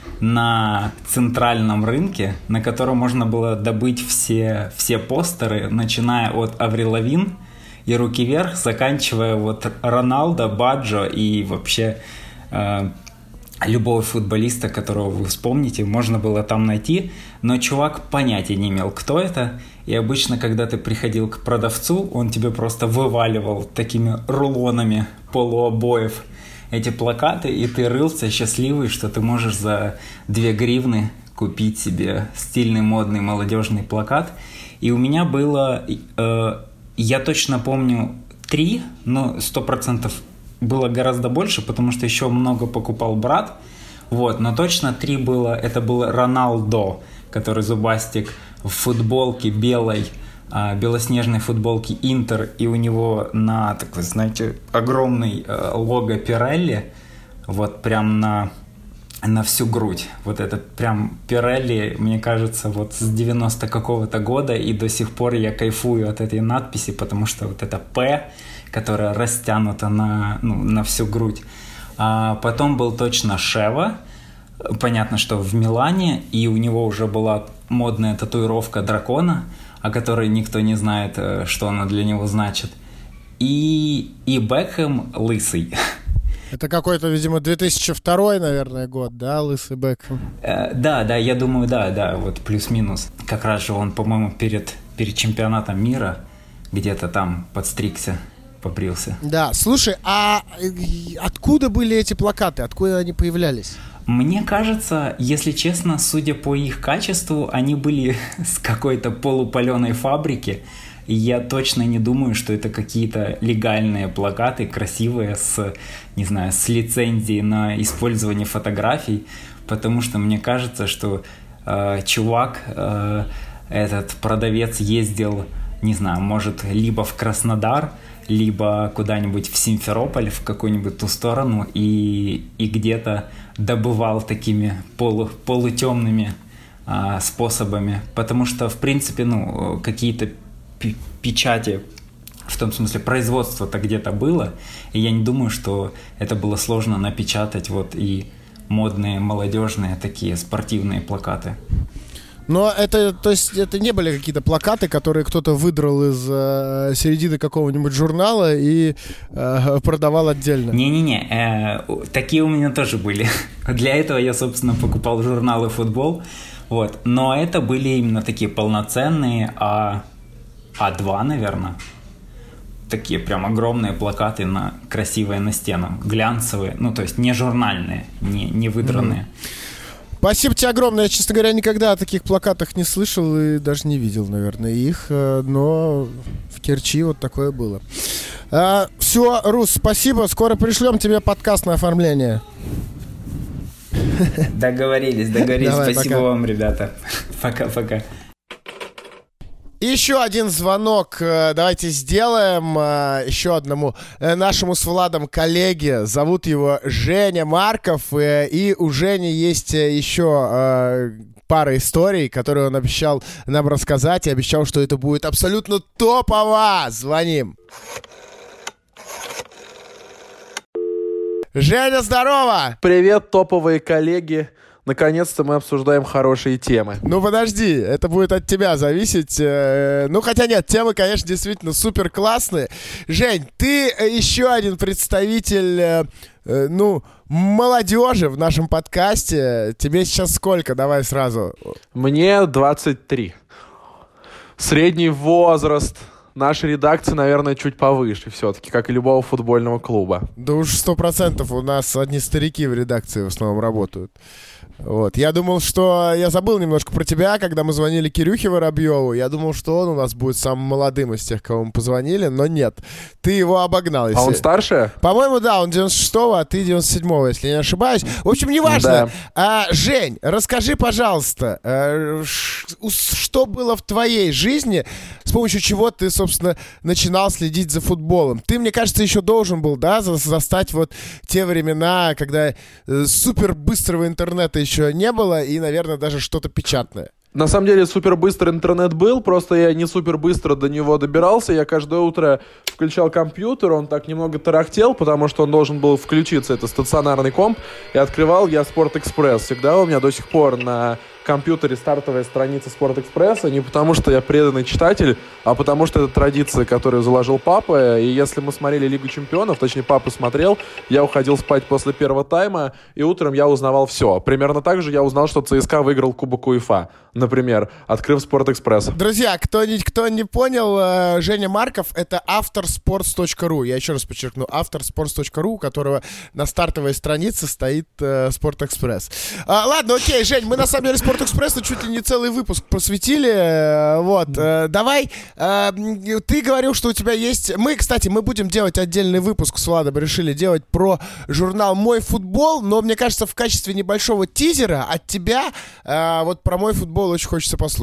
на центральном рынке, на котором можно было добыть все, все постеры, начиная от Аврил Лавин и «Руки вверх», заканчивая вот Роналдо, Баджо и вообще э, любого футболиста, которого вы вспомните, можно было там найти, но чувак понятия не имел, кто это, и обычно, когда ты приходил к продавцу, он тебе просто вываливал такими рулонами полуобоев эти плакаты, и ты рылся счастливый, что ты можешь за две гривны купить себе стильный, модный, молодежный плакат. И у меня было, э, я точно помню, три, но сто процентов было гораздо больше, потому что еще много покупал брат. Вот, но точно три было, это был Роналдо, который зубастик в футболке белой, белоснежной футболки Интер, и у него на, так вы знаете, огромный э, лого Пирелли, вот прям на, на всю грудь. Вот этот прям Пирелли, мне кажется, вот с девяносто какого-то года, и до сих пор я кайфую от этой надписи, потому что вот это «П», которая растянута на, ну, на всю грудь. А потом был точно Шева, понятно, что в Милане, и у него уже была модная татуировка дракона, о которой никто не знает, что она для него значит. И, и Бекхэм лысый. Это какой-то, видимо, две тысячи второй, наверное, год, да, лысый Бекхэм? Э, да, да, я думаю, да, да, вот плюс-минус. Как раз же он, по-моему, перед, перед чемпионатом мира где-то там подстригся, побрился. Да, слушай, а откуда были эти плакаты, откуда они появлялись? Мне кажется, если честно, судя по их качеству, они были с какой-то полупаленой фабрики. И я точно не думаю, что это какие-то легальные плакаты, красивые, с, не знаю, с лицензией на использование фотографий, потому что мне кажется, что э, чувак, э, этот продавец ездил, не знаю, может, либо в Краснодар, либо куда-нибудь в Симферополь, в какую-нибудь ту сторону, и, и где-то добывал такими полу, полутемными э, способами, потому что, в принципе, ну, какие-то печати, в том смысле производство-то где-то было, и я не думаю, что это было сложно напечатать вот и модные, молодежные такие спортивные плакаты. Но это, то есть, это не были какие-то плакаты, которые кто-то выдрал из э, середины какого-нибудь журнала и э, продавал отдельно? Не-не-не, э, такие у меня тоже были. Для этого я, собственно, покупал журналы «Футбол», вот. Но это были именно такие полноценные, а А два, наверное. Такие прям огромные плакаты, на, красивые на стену, глянцевые, ну, то есть не журнальные, не, не выдранные. Mm-hmm. Спасибо тебе огромное. Я, честно говоря, никогда о таких плакатах не слышал и даже не видел, наверное, их, но в Керчи вот такое было. А, все, Рус, спасибо. Скоро пришлем тебе подкаст на оформление. Договорились, договорились. Давай, спасибо пока. вам, ребята. Пока-пока. Еще один звонок давайте сделаем еще одному нашему с Владом коллеге. Зовут его Женя Марков. И у Жени есть еще пара историй, которые он обещал нам рассказать. И обещал, что это будет абсолютно топово. Звоним. Женя, здорово! Привет, топовые коллеги. Наконец-то мы обсуждаем хорошие темы. Ну подожди, это будет от тебя зависеть. Ну хотя нет, темы, конечно, действительно супер классные. Жень, ты еще один представитель, ну, молодежи в нашем подкасте. Тебе сейчас сколько? Давай сразу. Мне двадцать три. Средний возраст нашей редакции, наверное, чуть повыше все-таки, как и любого футбольного клуба. Да уж сто процентов у нас одни старики в редакции в основном работают. Вот. Я думал, что... Я забыл немножко про тебя, когда мы звонили Кирюхе Воробьеву. Я думал, что он у нас будет самым молодым из тех, кого мы позвонили, но нет. Ты его обогнал. Если... А он старше? По-моему, да, он девяносто шестого, а ты девяносто седьмого, если я не ошибаюсь. В общем, неважно. Да. А, Жень, расскажи, пожалуйста, а, что было в твоей жизни, с помощью чего ты, собственно, начинал следить за футболом? Ты, мне кажется, еще должен был, да, застать вот те времена, когда э, супер быстрого интернета еще не было, и, наверное, даже что-то печатное. На самом деле супер быстрый интернет был, просто я не супер быстро до него добирался. Я каждое утро включал компьютер, он так немного тарахтел, потому что он должен был включиться, это стационарный комп, и открывал я Спортэкспресс. Всегда у меня до сих пор на компьютере стартовая страница Спортэкспресса, не потому что я преданный читатель, а потому что это традиция, которую заложил папа, и если мы смотрели Лигу Чемпионов, точнее папа смотрел, я уходил спать после первого тайма, и утром я узнавал все. Примерно так же я узнал, что ЦСКА выиграл Кубок УЕФА, например, открыв Спортэкспресс. Друзья, кто не, кто не понял, Женя Марков — это автор спортс точка ру. Я еще раз подчеркну, автор спортс точка ру, у которого на стартовой странице стоит э, Спортэкспресс. А, ладно, окей, Жень, мы на самом деле Спортэкспресса чуть ли не целый выпуск посвятили. Вот, э, давай. Э, ты говорил, что у тебя есть... Мы, кстати, мы будем делать отдельный выпуск с Владом, решили делать про журнал «Мой футбол», но, мне кажется, в качестве небольшого тизера от тебя э, вот про «Мой футбол» очень хочется послушать.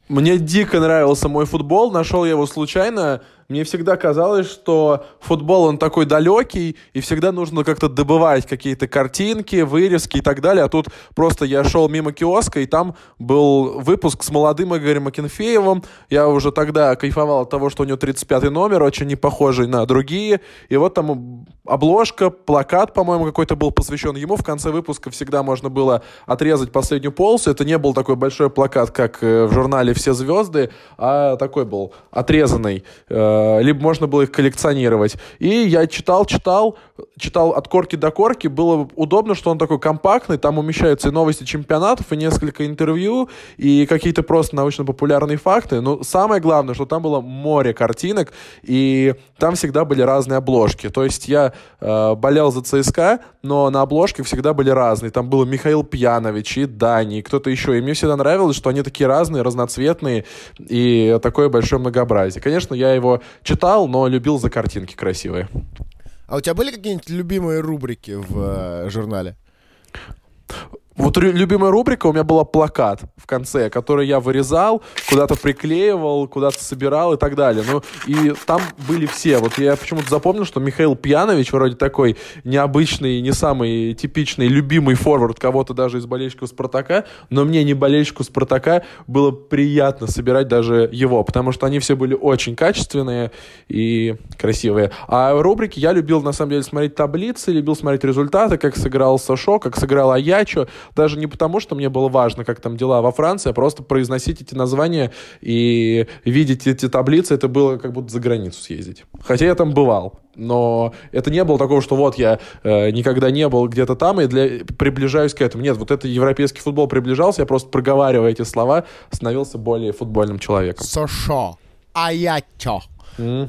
Мне дико нравился мой футбол, нашел я его случайно. Мне всегда казалось, что футбол, он такой далекий, и всегда нужно как-то добывать какие-то картинки, вырезки и так далее. А тут просто я шел мимо киоска, и там был выпуск с молодым Игорем Акинфеевым. Я уже тогда кайфовал от того, что у него тридцать пятый номер, очень не похожий на другие. И вот там обложка, плакат, по-моему, какой-то был посвящен ему. В конце выпуска всегда можно было отрезать последнюю полосу. Это не был такой большой плакат, как в журнале «Все звезды», а такой был отрезанный, либо можно было их коллекционировать. И я читал, читал, читал от корки до корки. Было удобно, что он такой компактный. Там умещаются и новости чемпионатов, и несколько интервью, и какие-то просто научно-популярные факты. Но самое главное, что там было море картинок, и там всегда были разные обложки. То есть я э, болел за ЦСКА, но на обложке всегда были разные. Там был Михаил Пьянович и Дани, и кто-то еще. И мне всегда нравилось, что они такие разные, разноцветные, и такое большое многообразие. Конечно, я его читал, но любил за картинки красивые. А у тебя были какие-нибудь любимые рубрики в э, журнале? Вот рю- любимая рубрика у меня была плакат в конце, который я вырезал, куда-то приклеивал, куда-то собирал и так далее. Ну, и там были все. Вот я почему-то запомнил, что Михаил Пьянович вроде такой необычный, не самый типичный, любимый форвард кого-то даже из болельщиков «Спартака», но мне, не болельщику «Спартака», было приятно собирать даже его, потому что они все были очень качественные и красивые. А рубрики я любил, на самом деле, смотреть таблицы, любил смотреть результаты, как сыграл Сашо, как сыграл Аячо. Даже не потому, что мне было важно, как там дела во Франции, а просто произносить эти названия и видеть эти таблицы, это было как будто за границу съездить. Хотя я там бывал, но это не было такого, что вот я э, никогда не был где-то там и для... приближаюсь к этому. Нет, вот это европейский футбол приближался, я просто, проговаривая эти слова, становился более футбольным человеком. Сашо, Аячо. Mm.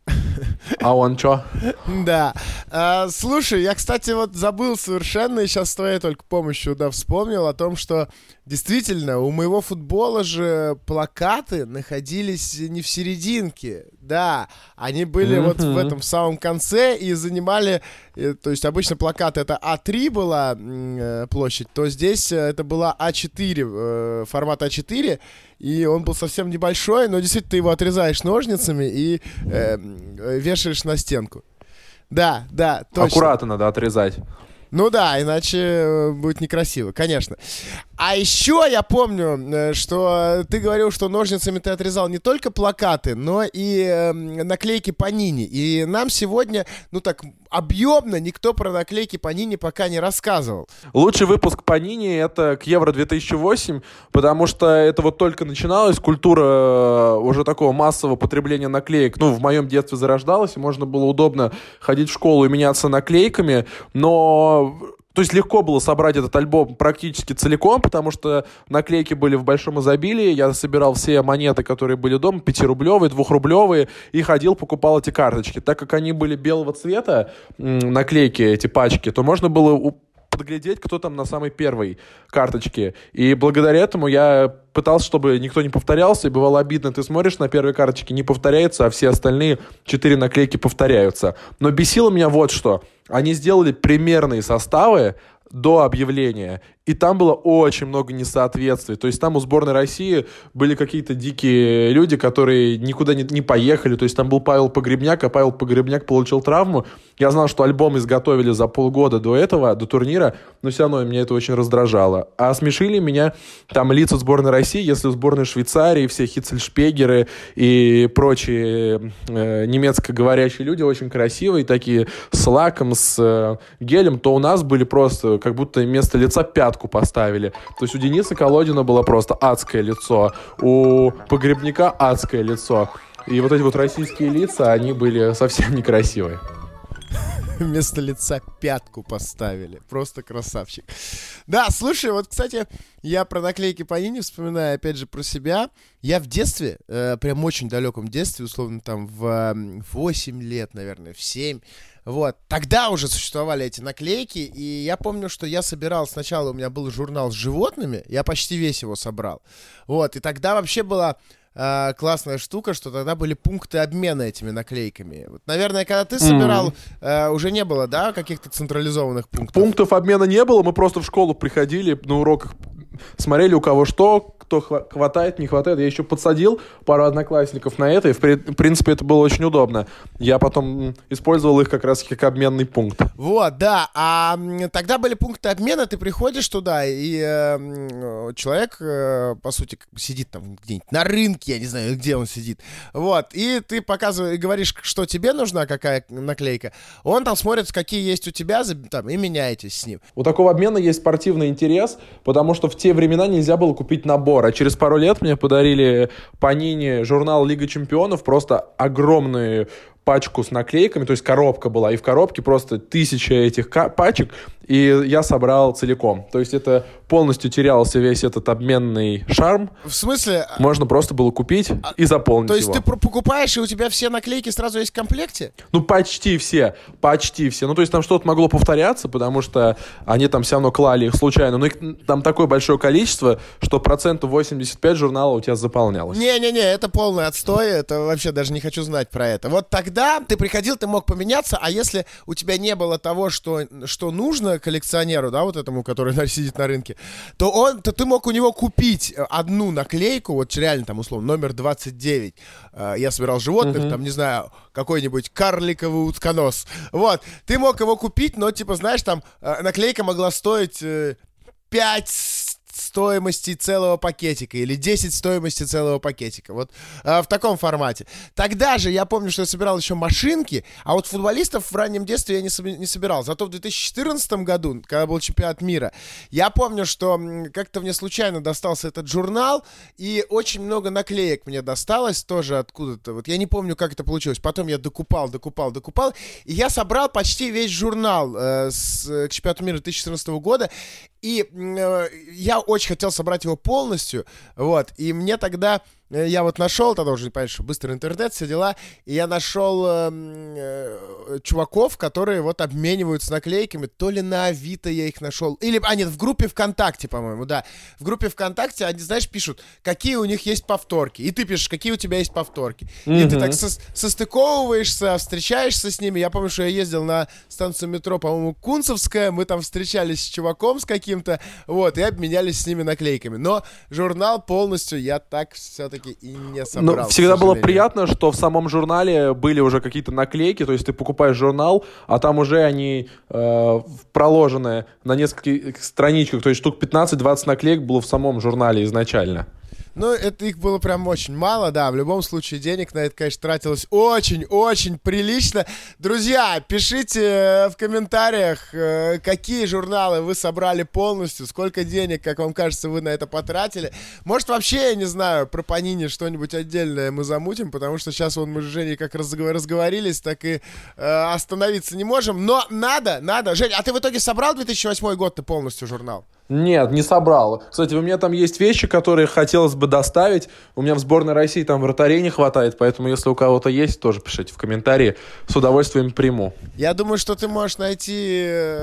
А он чё? Да. А, слушай, я, кстати, вот забыл совершенно, и сейчас с твоей только помощью, да, вспомнил о том, что действительно у моего футбола же плакаты находились не в серединке, да, они были mm-hmm. вот в этом в самом конце и занимали, то есть обычно плакат это А три была э, площадь, то здесь это была А четыре, э, формат А четыре, и он был совсем небольшой, но действительно ты его отрезаешь ножницами и э, вешаешь на стенку. Да, да, точно. Аккуратно надо отрезать. Ну да, иначе будет некрасиво, конечно. А еще я помню, что ты говорил, что ножницами ты отрезал не только плакаты, но и э, наклейки Панини. И нам сегодня, ну так, объемно никто про наклейки Панини пока не рассказывал. Лучший выпуск Панини — это к Евро две тысячи восемь, потому что это вот только начиналась, культура уже такого массового потребления наклеек, ну, в моем детстве зарождалась, и можно было удобно ходить в школу и меняться наклейками, но... То есть легко было собрать этот альбом практически целиком, потому что наклейки были в большом изобилии. Я собирал все монеты, которые были дома, пятирублевые, двухрублевые, и ходил, покупал эти карточки. Так как они были белого цвета, наклейки, эти пачки, то можно было подглядеть, кто там на самой первой карточке. И благодаря этому я пытался, чтобы никто не повторялся, и бывало обидно, ты смотришь на первой карточке, не повторяется, а все остальные четыре наклейки повторяются. Но бесило меня вот что. Они сделали примерные составы до объявления, и там было очень много несоответствий. То есть там у сборной России были какие-то дикие люди, которые никуда не, не поехали. То есть там был Павел Погребняк, а Павел Погребняк получил травму. Я знал, что альбом изготовили за полгода до этого, до турнира, но все равно меня это очень раздражало. А смешили меня там лица сборной России, если сборной Швейцарии, все Хитцельшпегеры и прочие э, немецкоговорящие люди очень красивые, такие с лаком, с э, гелем, то у нас были просто как будто вместо лица пятку поставили. То есть у Дениса Колодина было просто адское лицо, у Погребняка адское лицо. И вот эти вот российские лица, они были совсем некрасивые. Вместо лица пятку поставили. Просто красавчик. Да, слушай, вот, кстати, я про наклейки Панини вспоминаю, опять же, про себя. Я в детстве, э, прям очень далеком детстве, условно, там, в восемь лет, наверное, в семь, вот, тогда уже существовали эти наклейки, и я помню, что я собирал, сначала у меня был журнал с животными, я почти весь его собрал, вот, и тогда вообще была э, классная штука, что тогда были пункты обмена этими наклейками. Вот, наверное, когда ты собирал, mm-hmm. э, уже не было, да, каких-то централизованных пунктов? Пунктов обмена не было, мы просто в школу приходили на уроках, смотрели у кого что, кто хватает, не хватает. Я еще подсадил пару одноклассников на это, и, в принципе, это было очень удобно. Я потом использовал их как раз как обменный пункт. Вот, да. А тогда были пункты обмена, ты приходишь туда, и э, человек, э, по сути, сидит там где-нибудь на рынке, я не знаю, где он сидит. Вот, и ты показываешь, говоришь, что тебе нужна, какая наклейка. Он там смотрит, какие есть у тебя, там, и меняетесь с ним. У такого обмена есть спортивный интерес, потому что в те времена нельзя было купить набор. А через пару лет мне подарили Panini журнал «Лига чемпионов», просто огромную пачку с наклейками, то есть коробка была, и в коробке просто тысяча этих пачек, и я собрал целиком. То есть это полностью терялся весь этот обменный шарм. В смысле? Можно просто было купить а, и заполнить его. То есть его. Ты покупаешь, и у тебя все наклейки сразу есть в комплекте? Ну, почти все, почти все. Ну, то есть там что-то могло повторяться, потому что они там все равно клали их случайно. Но их там такое большое количество, что процентов восемьдесят пять журнала у тебя заполнялось. Не-не-не, это полный отстой, это вообще даже не хочу знать про это. Вот тогда ты приходил, ты мог поменяться, а если у тебя не было того, что, что нужно коллекционеру, да, вот этому, который сидит на рынке, то, он, то ты мог у него купить одну наклейку, вот реально там, условно, номер двадцать девять. Я собирал животных, uh-huh. там, не знаю, какой-нибудь карликовый утконос. Вот, ты мог его купить, но, типа, знаешь, там наклейка могла стоить пять стоимости целого пакетика или десять стоимости целого пакетика. Вот э, в таком формате. Тогда же я помню, что я собирал еще машинки, а вот футболистов в раннем детстве я не, соб- не собирал. Зато в две тысячи четырнадцатом году, когда был чемпионат мира, я помню, что как-то мне случайно достался этот журнал, и очень много наклеек мне досталось тоже откуда-то. Вот я не помню, как это получилось. Потом я докупал, докупал, докупал, и я собрал почти весь журнал э, с, к чемпионату мира две тысячи четырнадцатого года. И э, я очень хотел собрать его полностью, вот, и мне тогда, э, я вот нашел, тогда уже не понятно, что быстрый интернет, все дела, и я нашел э, э, чуваков, которые вот обмениваются наклейками, то ли на Авито я их нашел, или, а нет, в группе ВКонтакте, по-моему, да, в группе ВКонтакте они, знаешь, пишут, какие у них есть повторки, и ты пишешь, какие у тебя есть повторки, mm-hmm. и ты так со- состыковываешься, встречаешься с ними. Я помню, что я ездил на станцию метро, по-моему, Кунцевская, мы там встречались с чуваком, с каким каким-то, вот, и обменялись с ними наклейками. Но журнал полностью я так все-таки и не собрал. Ну, всегда было приятно, что в самом журнале были уже какие-то наклейки, то есть ты покупаешь журнал, а там уже они э, проложены на нескольких страничках, то есть штук пятнадцать-двадцать наклеек было в самом журнале изначально. Ну, это их было прям очень мало, да. В любом случае, денег на это, конечно, тратилось очень-очень прилично. Друзья, пишите в комментариях, какие журналы вы собрали полностью, сколько денег, как вам кажется, вы на это потратили. Может, вообще, я не знаю, про Panini что-нибудь отдельное мы замутим, потому что сейчас вон мы с Женей как разговор- разговорились, так и э, остановиться не можем. Но надо, надо. Жень, а ты в итоге собрал две тысячи восьмой год-то полностью журнал? Нет, не собрал. Кстати, у меня там есть вещи, которые хотелось бы доставить. У меня в сборной России там вратарей не хватает, поэтому если у кого-то есть, тоже пишите в комментарии. С удовольствием приму. Я думаю, что ты можешь найти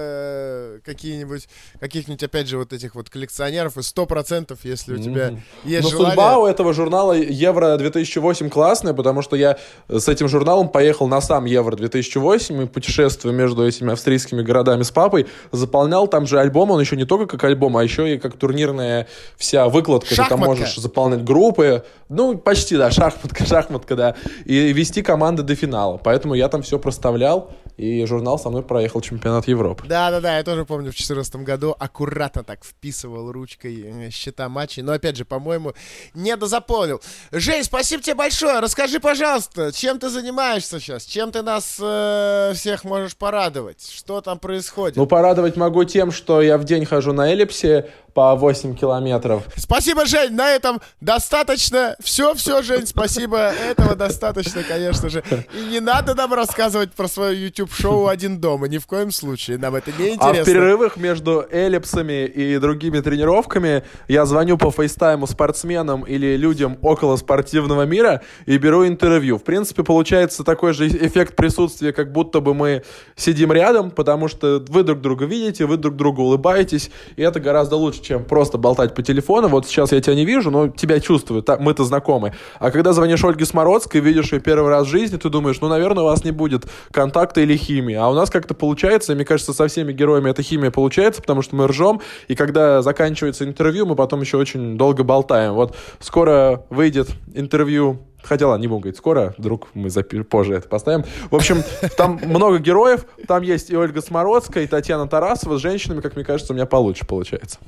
э, какие-нибудь, каких-нибудь, опять же, вот этих вот коллекционеров, и сто процентов, если у тебя mm-hmm. есть Но желание... судьба у этого журнала Евро две тысячи восемь классная, потому что я с этим журналом поехал на сам Евро две тысячи восемь, и путешествуя между этими австрийскими городами с папой, заполнял там же альбом, он еще не только как альбом, а еще и как турнирная вся выкладка. Шахматка. Ты там можешь заполнять группы. Ну, почти, да, шахматка, шахматка, да. И вести команды до финала. Поэтому я там все проставлял, и журнал со мной проехал чемпионат Европы. Да-да-да, я тоже помню, в две тысячи четырнадцатом году аккуратно так вписывал ручкой счета матчей. Но, опять же, по-моему, недозаполнил. Жень, спасибо тебе большое. Расскажи, пожалуйста, чем ты занимаешься сейчас? Чем ты нас э, всех можешь порадовать? Что там происходит? Ну, порадовать могу тем, что я в день хожу на эллипсе по восемь километров. Спасибо, Жень, на этом достаточно. Все-все, Жень, спасибо. Этого достаточно, конечно же. И не надо нам рассказывать про свое YouTube-шоу «Один дома». Ни в коем случае. Нам это не интересно. А в перерывах между эллипсами и другими тренировками я звоню по фейстайму спортсменам или людям около спортивного мира и беру интервью. В принципе, получается такой же эффект присутствия, как будто бы мы сидим рядом, потому что вы друг друга видите, вы друг другу улыбаетесь, и это гораздо лучше, чем просто болтать по телефону. Вот сейчас я тебя не вижу, но тебя чувствую, так, мы-то знакомы. А когда звонишь Ольге Смородской, видишь ее первый раз в жизни, ты думаешь, ну, наверное, у вас не будет контакта или химии. А у нас как-то получается, и мне кажется, со всеми героями эта химия получается, потому что мы ржем, и когда заканчивается интервью, мы потом еще очень долго болтаем. Вот скоро выйдет интервью. Хотя, ладно, не буду говорить скоро, вдруг мы запи- позже это поставим. В общем, там много героев, там есть и Ольга Смородская, и Татьяна Тарасова. С женщинами, как мне кажется, у меня получше получается.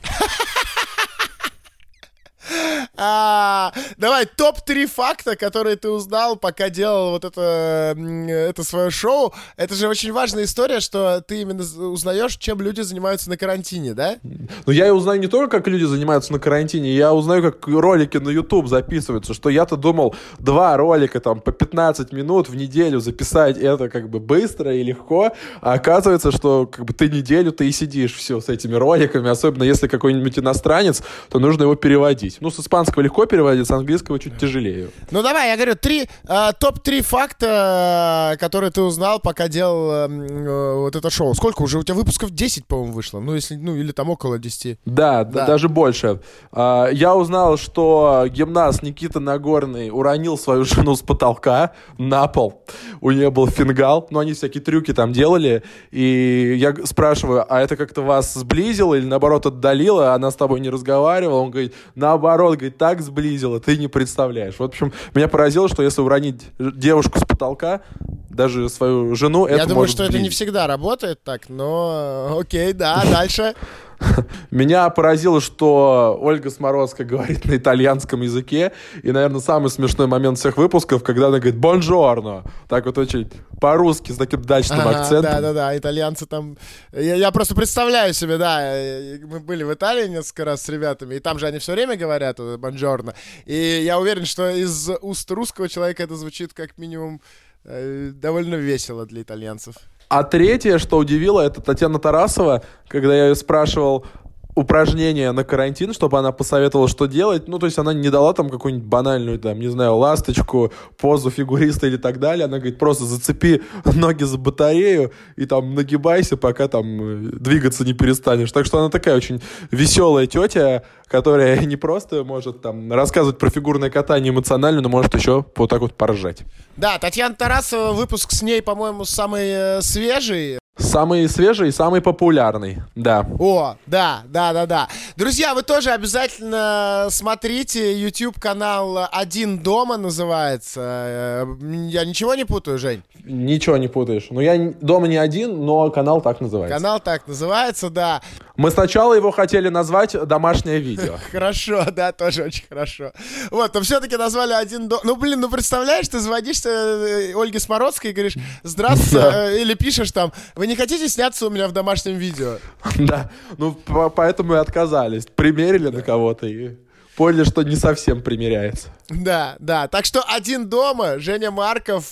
А, давай, топ три факта, которые ты узнал, пока делал вот это, это свое шоу. Это же очень важная история, что ты именно узнаешь, чем люди занимаются на карантине, да? Ну, я и узнаю не только, как люди занимаются на карантине, я узнаю, как ролики на YouTube записываются, что я-то думал, два ролика там по пятнадцать минут в неделю записать, это как бы быстро и легко, а оказывается, что как бы ты неделю ты и сидишь все с этими роликами, особенно если какой-нибудь иностранец, то нужно его переводить. Ну, с испанского легко переводить, с английского чуть тяжелее. Ну давай, я говорю, три, э, топ-три факта, которые ты узнал, пока делал э, вот это шоу. Сколько уже? У тебя выпусков десять, по-моему, вышло. Ну, если, ну или там около десяти. Да, да. даже больше. А, я узнал, что гимнаст Никита Нагорный уронил свою жену с потолка на пол. У нее был фингал, но они всякие трюки там делали. И я спрашиваю, а это как-то вас сблизило или наоборот отдалило? Она с тобой не разговаривала? Он говорит, наоборот, говорит, так сблизило, ты не представляешь. В общем, меня поразило, что если уронить девушку с потолка, даже свою жену, это Я думаю, может что сблизить. это не всегда работает так, но окей, да, дальше. Меня поразило, что Ольга Смородская говорит на итальянском языке, и, наверное, самый смешной момент всех выпусков, когда она говорит «бонжорно», так вот очень по-русски, с таким дачным Ага, акцентом. Да-да-да, итальянцы там... Я, я просто представляю себе, да, мы были в Италии несколько раз с ребятами, и там же они все время говорят «бонжорно», и я уверен, что из уст русского человека это звучит как минимум э, довольно весело для итальянцев. А третье, что удивило, это Татьяна Тарасова, когда я ее спрашивал упражнения на карантин, чтобы она посоветовала, что делать. Ну, то есть она не дала там какую-нибудь банальную, там, не знаю, ласточку, позу фигуриста или так далее. Она говорит, просто зацепи ноги за батарею и там нагибайся, пока там двигаться не перестанешь. Так что она такая очень веселая тетя, которая не просто может там рассказывать про фигурное катание эмоционально, но может еще вот так вот поржать. Да, Татьяна Тарасова, выпуск с ней, по-моему, самый э, свежий. Самый свежий и самый популярный, да. О, да, да, да, да. Друзья, вы тоже обязательно смотрите. YouTube-канал «Один дома» называется. Я ничего не путаю, Жень? Ничего не путаешь. Ну, я дома не один, но канал так называется. Канал так называется, да. Мы сначала его хотели назвать «Домашнее видео». Хорошо, да, тоже очень хорошо. Вот, но все-таки назвали «Один дома». Ну, блин, ну представляешь, ты звонишь Ольге Смородской и говоришь «Здравствуйте», или пишешь там «Вы не хотите сняться у меня в домашнем видео?» Да, ну поэтому и отказались. Примерили на кого-то и поняли, что не совсем примеряется. Да, да. Так что «Один дома», Женя Марков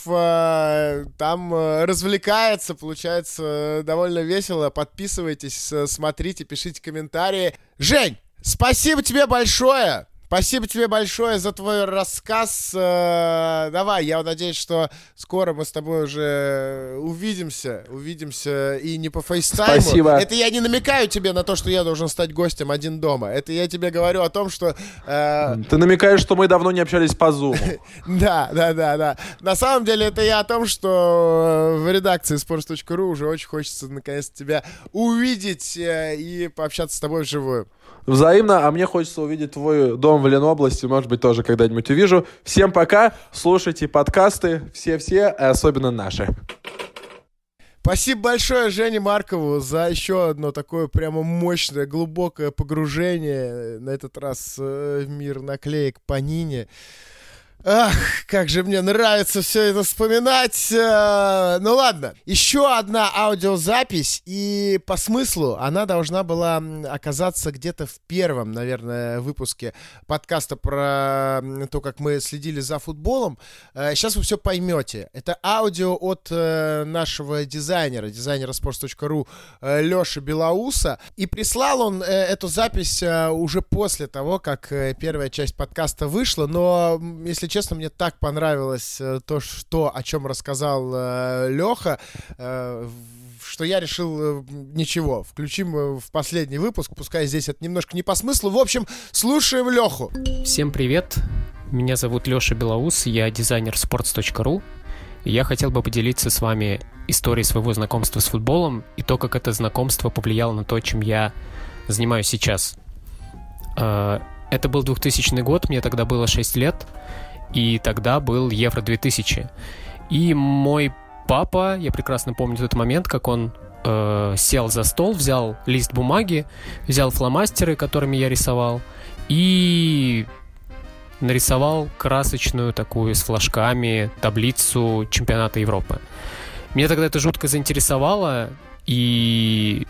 э, там э, развлекается, получается э, довольно весело. Подписывайтесь, э, смотрите, пишите комментарии. Жень, спасибо тебе большое. Спасибо тебе большое за твой рассказ. Давай, я надеюсь, что скоро мы с тобой уже увидимся. Увидимся и не по фейстайму. Спасибо. Это я не намекаю тебе на то, что я должен стать гостем «Один дома». Это я тебе говорю о том, что... Э... Ты намекаешь, что мы давно не общались по Zoom. Да, да, да, да. На самом деле это я о том, что в редакции sports точка ru уже очень хочется наконец тебя увидеть и пообщаться с тобой вживую. Взаимно, а мне хочется увидеть твой дом в Ленобласти, может быть, тоже когда-нибудь увижу. Всем пока, слушайте подкасты, все-все, и особенно наши. Спасибо большое Жене Маркову за еще одно такое прямо мощное, глубокое погружение, на этот раз в мир наклеек Панини. Ах, как же мне нравится все это вспоминать. Ну ладно, еще одна аудиозапись, и по смыслу она должна была оказаться где-то в первом, наверное, выпуске подкаста про то, как мы следили за футболом. Сейчас вы все поймете. Это аудио от нашего дизайнера, дизайнера sports точка ru Леши Белоуса, и прислал он эту запись уже после того, как первая часть подкаста вышла, но, если честно, мне так понравилось то, что, о чем рассказал э, Леха э, что я решил, ничего, включим в последний выпуск, пускай здесь это немножко не по смыслу. В общем, слушаем Леху. Всем привет, меня зовут Леша Белоус, я дизайнер sports точка ru. Я хотел бы поделиться с вами историей своего знакомства с футболом и то, как это знакомство повлияло на то, чем я занимаюсь сейчас. Это был двухтысячный год, мне тогда было шесть лет, и тогда был Евро две тысячи. И мой папа, я прекрасно помню тот момент, как он э, сел за стол, взял лист бумаги, взял фломастеры, которыми я рисовал, и нарисовал красочную такую с флажками таблицу чемпионата Европы. Меня тогда это жутко заинтересовало, и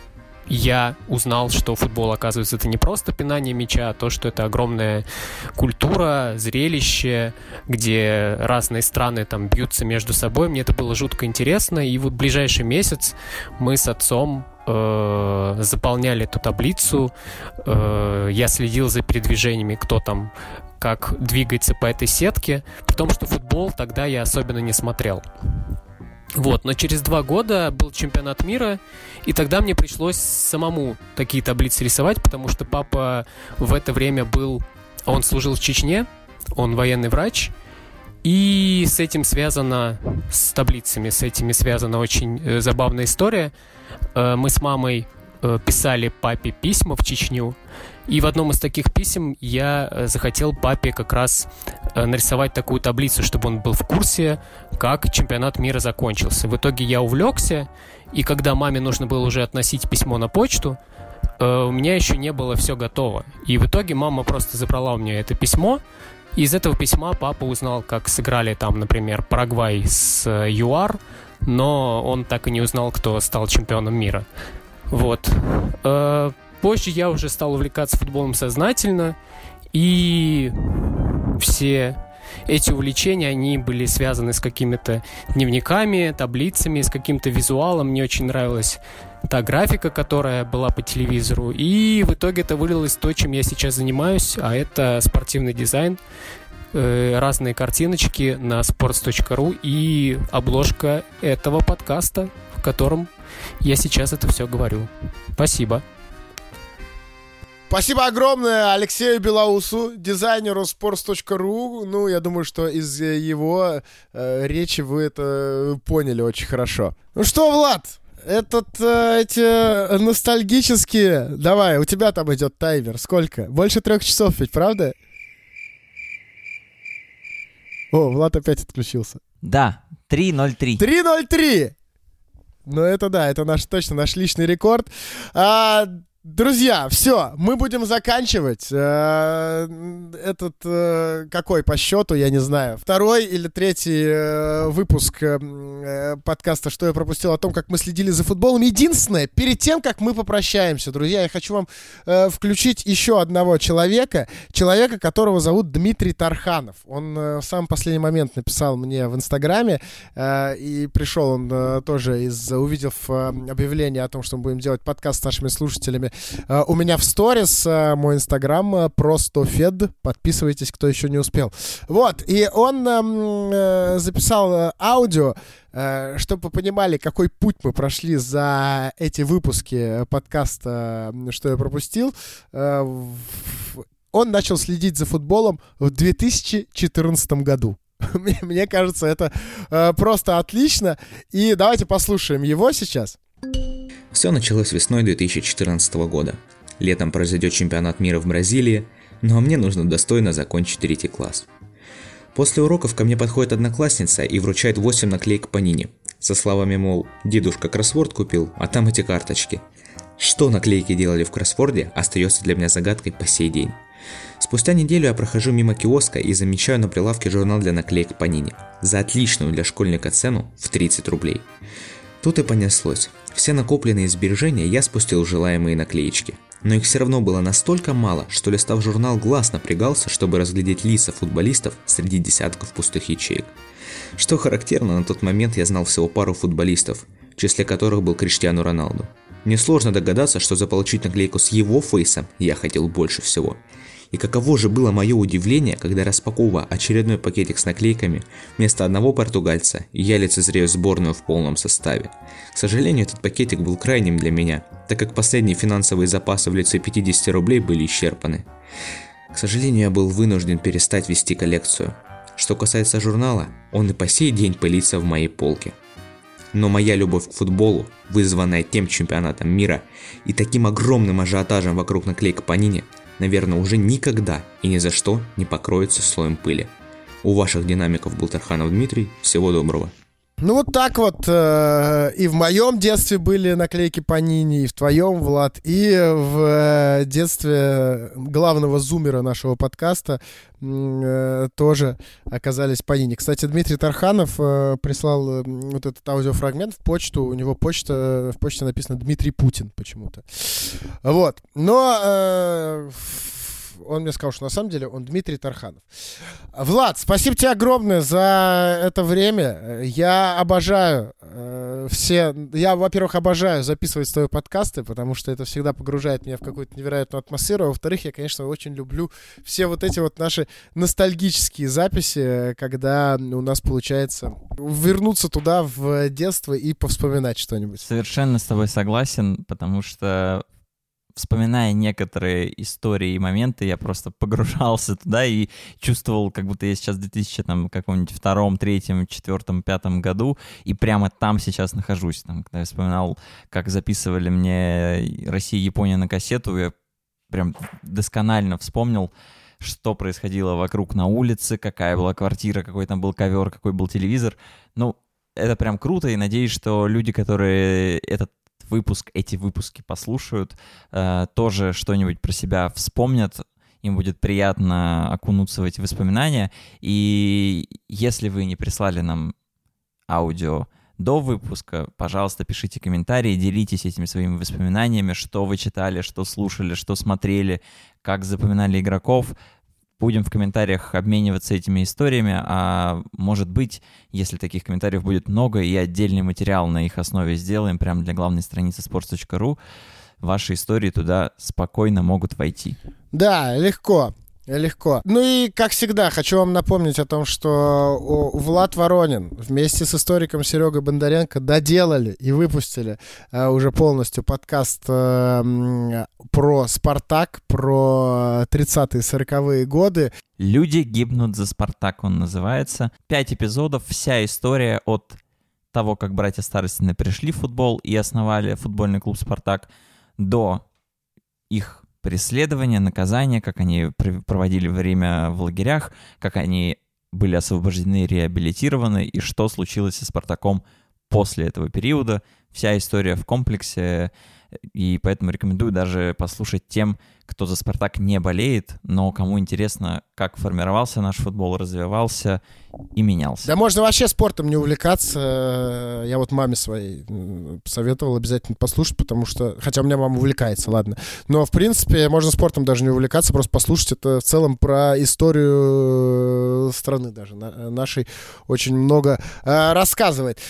я узнал, что футбол, оказывается, это не просто пинание мяча, а то, что это огромная культура, зрелище, где разные страны там бьются между собой. Мне это было жутко интересно, и вот ближайший месяц мы с отцом э, заполняли эту таблицу. Э, я следил за передвижениями, кто там как двигается по этой сетке, при том, что футбол тогда я особенно не смотрел. Вот, но через два года был чемпионат мира, и тогда мне пришлось самому такие таблицы рисовать, потому что папа в это время был... Он служил в Чечне, он военный врач, и с этим связано, с таблицами, с этими связана очень э, забавная история. Э, мы с мамой э, писали папе письма в Чечню, и в одном из таких писем я захотел папе как раз нарисовать такую таблицу, чтобы он был в курсе, как чемпионат мира закончился. В итоге я увлекся, и когда маме нужно было уже относить письмо на почту, у меня еще не было все готово. И в итоге мама просто забрала у меня это письмо, и из этого письма папа узнал, как сыграли там, например, Парагвай с ЮАР, но он так и не узнал, кто стал чемпионом мира. Вот. Позже я уже стал увлекаться футболом сознательно, и все эти увлечения, они были связаны с какими-то дневниками, таблицами, с каким-то визуалом. Мне очень нравилась та графика, которая была по телевизору, и в итоге это вылилось в то, чем я сейчас занимаюсь, а это спортивный дизайн, э, разные картиночки на sports точка ru и обложка этого подкаста, в котором я сейчас это все говорю. Спасибо. Спасибо огромное Алексею Белоусу, дизайнеру sports точка ru. Ну, я думаю, что из его э, речи вы это поняли очень хорошо. Ну что, Влад, этот, э, эти ностальгические... Давай, у тебя там идет таймер. Сколько? Больше трех часов ведь, правда? О, Влад опять отключился. Да, три ноль три. три ноль три! Ну, это да, это наш, точно наш личный рекорд. А... Друзья, все, мы будем заканчивать. Этот какой по счету, я не знаю, второй или третий выпуск подкаста «Что я пропустил», о том, как мы следили за футболом. Единственное, перед тем, как мы попрощаемся, друзья, я хочу вам включить еще одного человека, человека, которого зовут Дмитрий Тарханов. Он в самый последний момент написал мне в Инстаграме, и пришел он тоже из, увидев объявление о том, что мы будем делать подкаст с нашими слушателями. Uh, у меня в сторис uh, мой инстаграм uh, простофед. Подписывайтесь, кто еще не успел. Вот, и он uh, записал uh, аудио, uh, чтобы вы понимали, какой путь мы прошли за эти выпуски подкаста «Что я пропустил». Uh, он начал следить за футболом в две тысячи четырнадцатом году. Мне кажется, это uh, просто отлично. И давайте послушаем его сейчас. Все началось весной две тысячи четырнадцатого года. Летом произойдет чемпионат мира в Бразилии, но мне нужно достойно закончить третий класс. После уроков ко мне подходит одноклассница и вручает восемь наклеек Панини, со словами, мол, дедушка кроссворд купил, а там эти карточки. Что наклейки делали в кроссворде, остается для меня загадкой по сей день. Спустя неделю я прохожу мимо киоска и замечаю на прилавке журнал для наклеек Панини за отличную для школьника цену в тридцать рублей. Тут и понеслось. Все накопленные сбережения я спустил в желаемые наклеечки. Но их все равно было настолько мало, что, листав журнал, глаз напрягался, чтобы разглядеть лица футболистов среди десятков пустых ячеек. Что характерно, на тот момент я знал всего пару футболистов, в числе которых был Криштиану Роналду. Несложно догадаться, что заполучить наклейку с его фейсом я хотел больше всего. И каково же было мое удивление, когда, распаковывая очередной пакетик с наклейками, вместо одного португальца я лицезрею сборную в полном составе. К сожалению, этот пакетик был крайним для меня, так как последние финансовые запасы в лице пятьдесят рублей были исчерпаны. К сожалению, я был вынужден перестать вести коллекцию. Что касается журнала, он и по сей день пылится в моей полке. Но моя любовь к футболу, вызванная тем чемпионатом мира и таким огромным ажиотажем вокруг наклейок Панини, наверное, уже никогда и ни за что не покроется слоем пыли. У ваших динамиков был Тарханов Дмитрий. Всего доброго. Ну вот так вот э, и в моем детстве были наклейки Панини, и в твоем, Влад, и в э, детстве главного зумера нашего подкаста э, тоже оказались Панини. Кстати, Дмитрий Тарханов э, прислал э, вот этот аудиофрагмент в почту, у него почта, в почте написано Дмитрий Путин почему-то. Вот, но... Э, он мне сказал, что на самом деле он Дмитрий Тарханов. Влад, спасибо тебе огромное за это время. Я обожаю э, все... Я, во-первых, обожаю записывать свои подкасты, потому что это всегда погружает меня в какую-то невероятную атмосферу. А во-вторых, я, конечно, очень люблю все вот эти вот наши ностальгические записи, когда у нас получается вернуться туда в детство и повспоминать что-нибудь. Совершенно с тобой согласен, потому что вспоминая некоторые истории и моменты, я просто погружался туда и чувствовал, как будто я сейчас в две тысячи втором, третьем, четвертом, пятом году, и прямо там сейчас нахожусь. Там, когда я вспоминал, как записывали мне Россия и Япония на кассету, я прям досконально вспомнил, что происходило вокруг на улице, какая была квартира, какой там был ковер, какой был телевизор. Ну, это прям круто, и надеюсь, что люди, которые этот выпуск, эти выпуски послушают, э, тоже что-нибудь про себя вспомнят, им будет приятно окунуться в эти воспоминания. И если вы не прислали нам аудио до выпуска, пожалуйста, пишите комментарии, делитесь этими своими воспоминаниями, что вы читали, что слушали, что смотрели, как запоминали игроков. Будем в комментариях обмениваться этими историями, а может быть, если таких комментариев будет много, и отдельный материал на их основе сделаем прямо для главной страницы sports точка ru, ваши истории туда спокойно могут войти. Да, легко. Легко. Ну и, как всегда, хочу вам напомнить о том, что Влад Воронин вместе с историком Серегой Бондаренко доделали и выпустили uh, уже полностью подкаст uh, про «Спартак», про тридцатые сороковые годы. «Люди гибнут за Спартак» он называется. Пять эпизодов, вся история от того, как братья Старостины пришли в футбол и основали футбольный клуб «Спартак», до их преследования, наказания, как они проводили время в лагерях, как они были освобождены, реабилитированы, и что случилось со «Спартаком» после этого периода. Вся история в комплексе, и поэтому рекомендую даже послушать тем, кто за «Спартак» не болеет, но кому интересно, как формировался наш футбол, развивался и менялся. Да можно вообще спортом не увлекаться. Я вот маме своей советовал обязательно послушать, потому что... Хотя у меня мама увлекается, ладно. Но, в принципе, можно спортом даже не увлекаться, просто послушать. Это в целом про историю страны даже нашей очень много рассказывает.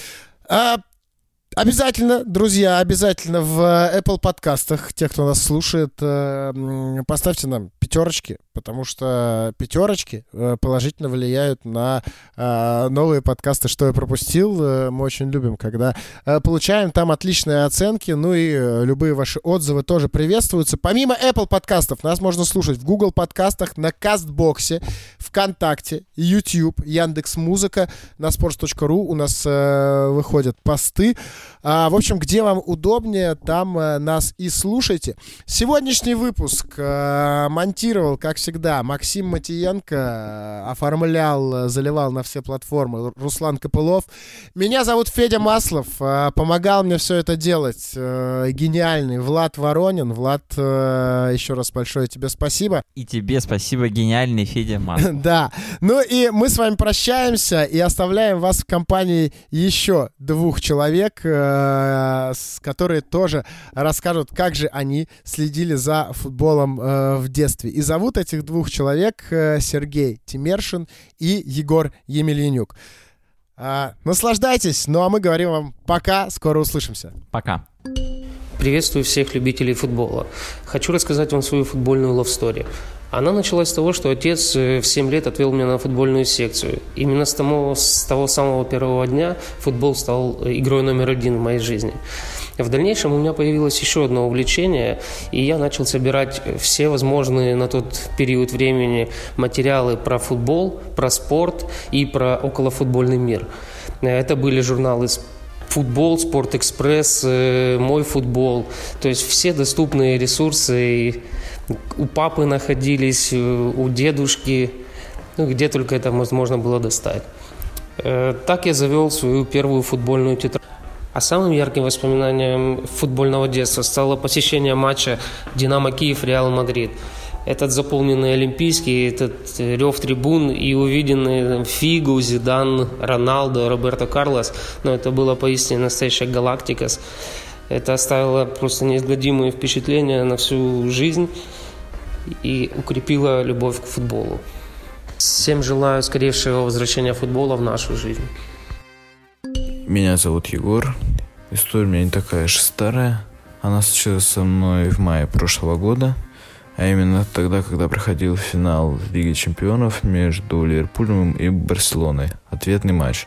Обязательно, друзья, обязательно в Apple подкастах, те, кто нас слушает, поставьте нам пятерочки, потому что пятерочки положительно влияют на новые подкасты «Что я пропустил». Мы очень любим, когда получаем там отличные оценки, ну и любые ваши отзывы тоже приветствуются. Помимо Apple подкастов, нас можно слушать в Google подкастах, на Кастбоксе, ВКонтакте, YouTube, Яндекс.Музыка, на sports точка ru у нас выходят посты. А, в общем, где вам удобнее, там а, нас и слушайте. Сегодняшний выпуск а, монтировал, как всегда, Максим Матиенко, а, оформлял, заливал на все платформы Руслан Копылов. Меня зовут Федя Маслов, а, помогал мне все это делать а, гениальный Влад Воронин. Влад, а, еще раз большое тебе спасибо. И тебе спасибо, гениальный Федя Маслов. Да, ну и мы с вами прощаемся и оставляем вас в компании еще двух человек, которые тоже расскажут, как же они следили за футболом э, в детстве. И зовут этих двух человек э, Сергей Тимершин и Егор Емельянюк. Э, наслаждайтесь, ну а мы говорим вам пока, скоро услышимся. Пока. Приветствую всех любителей футбола. Хочу рассказать вам свою футбольную love story. Она началась с того, что отец в семь лет отвел меня на футбольную секцию. Именно с того, с того самого первого дня футбол стал игрой номер один в моей жизни. В дальнейшем у меня появилось еще одно увлечение, и я начал собирать все возможные на тот период времени материалы про футбол, про спорт и про околофутбольный мир. Это были журналы «Футбол», «Спорт-экспресс», «Мой футбол», то есть все доступные ресурсы у папы находились, у дедушки, ну, где только это можно было достать. Так я завел свою первую футбольную тетрадь. А самым ярким воспоминанием футбольного детства стало посещение матча «Динамо Киев» «Реал Мадрид». Этот заполненный Олимпийский, этот рев трибун и увиденные Фигу, Зидан, Роналдо, Роберто Карлос, ну, это было поистине настоящая галактикас. Это оставило просто неизгладимые впечатления на всю жизнь и укрепило любовь к футболу. Всем желаю скорейшего возвращения футбола в нашу жизнь. Меня зовут Егор. История у меня не такая уж старая. Она случилась со мной в мае прошлого года, а именно тогда, когда проходил финал Лиги Чемпионов между Ливерпулем и Барселоной. Ответный матч.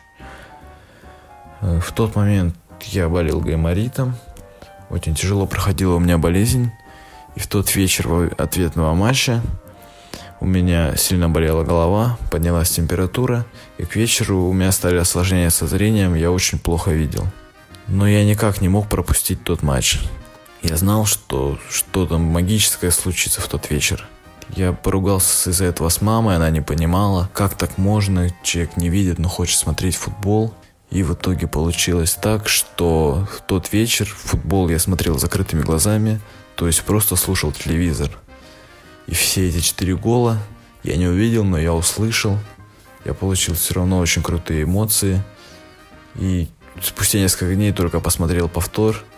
В тот момент я болел гайморитом. Очень тяжело проходила у меня болезнь. И в тот вечер ответного матча у меня сильно болела голова, поднялась температура, и к вечеру у меня стали осложнения со зрением, я очень плохо видел. Но я никак не мог пропустить тот матч. Я знал, что что-то магическое случится в тот вечер. Я поругался из-за этого с мамой, она не понимала, как так можно, человек не видит, но хочет смотреть футбол. И в итоге получилось так, что в тот вечер футбол я смотрел закрытыми глазами, то есть просто слушал телевизор. И все эти четыре гола я не увидел, но я услышал. Я получил все равно очень крутые эмоции. И спустя несколько дней только посмотрел повтор.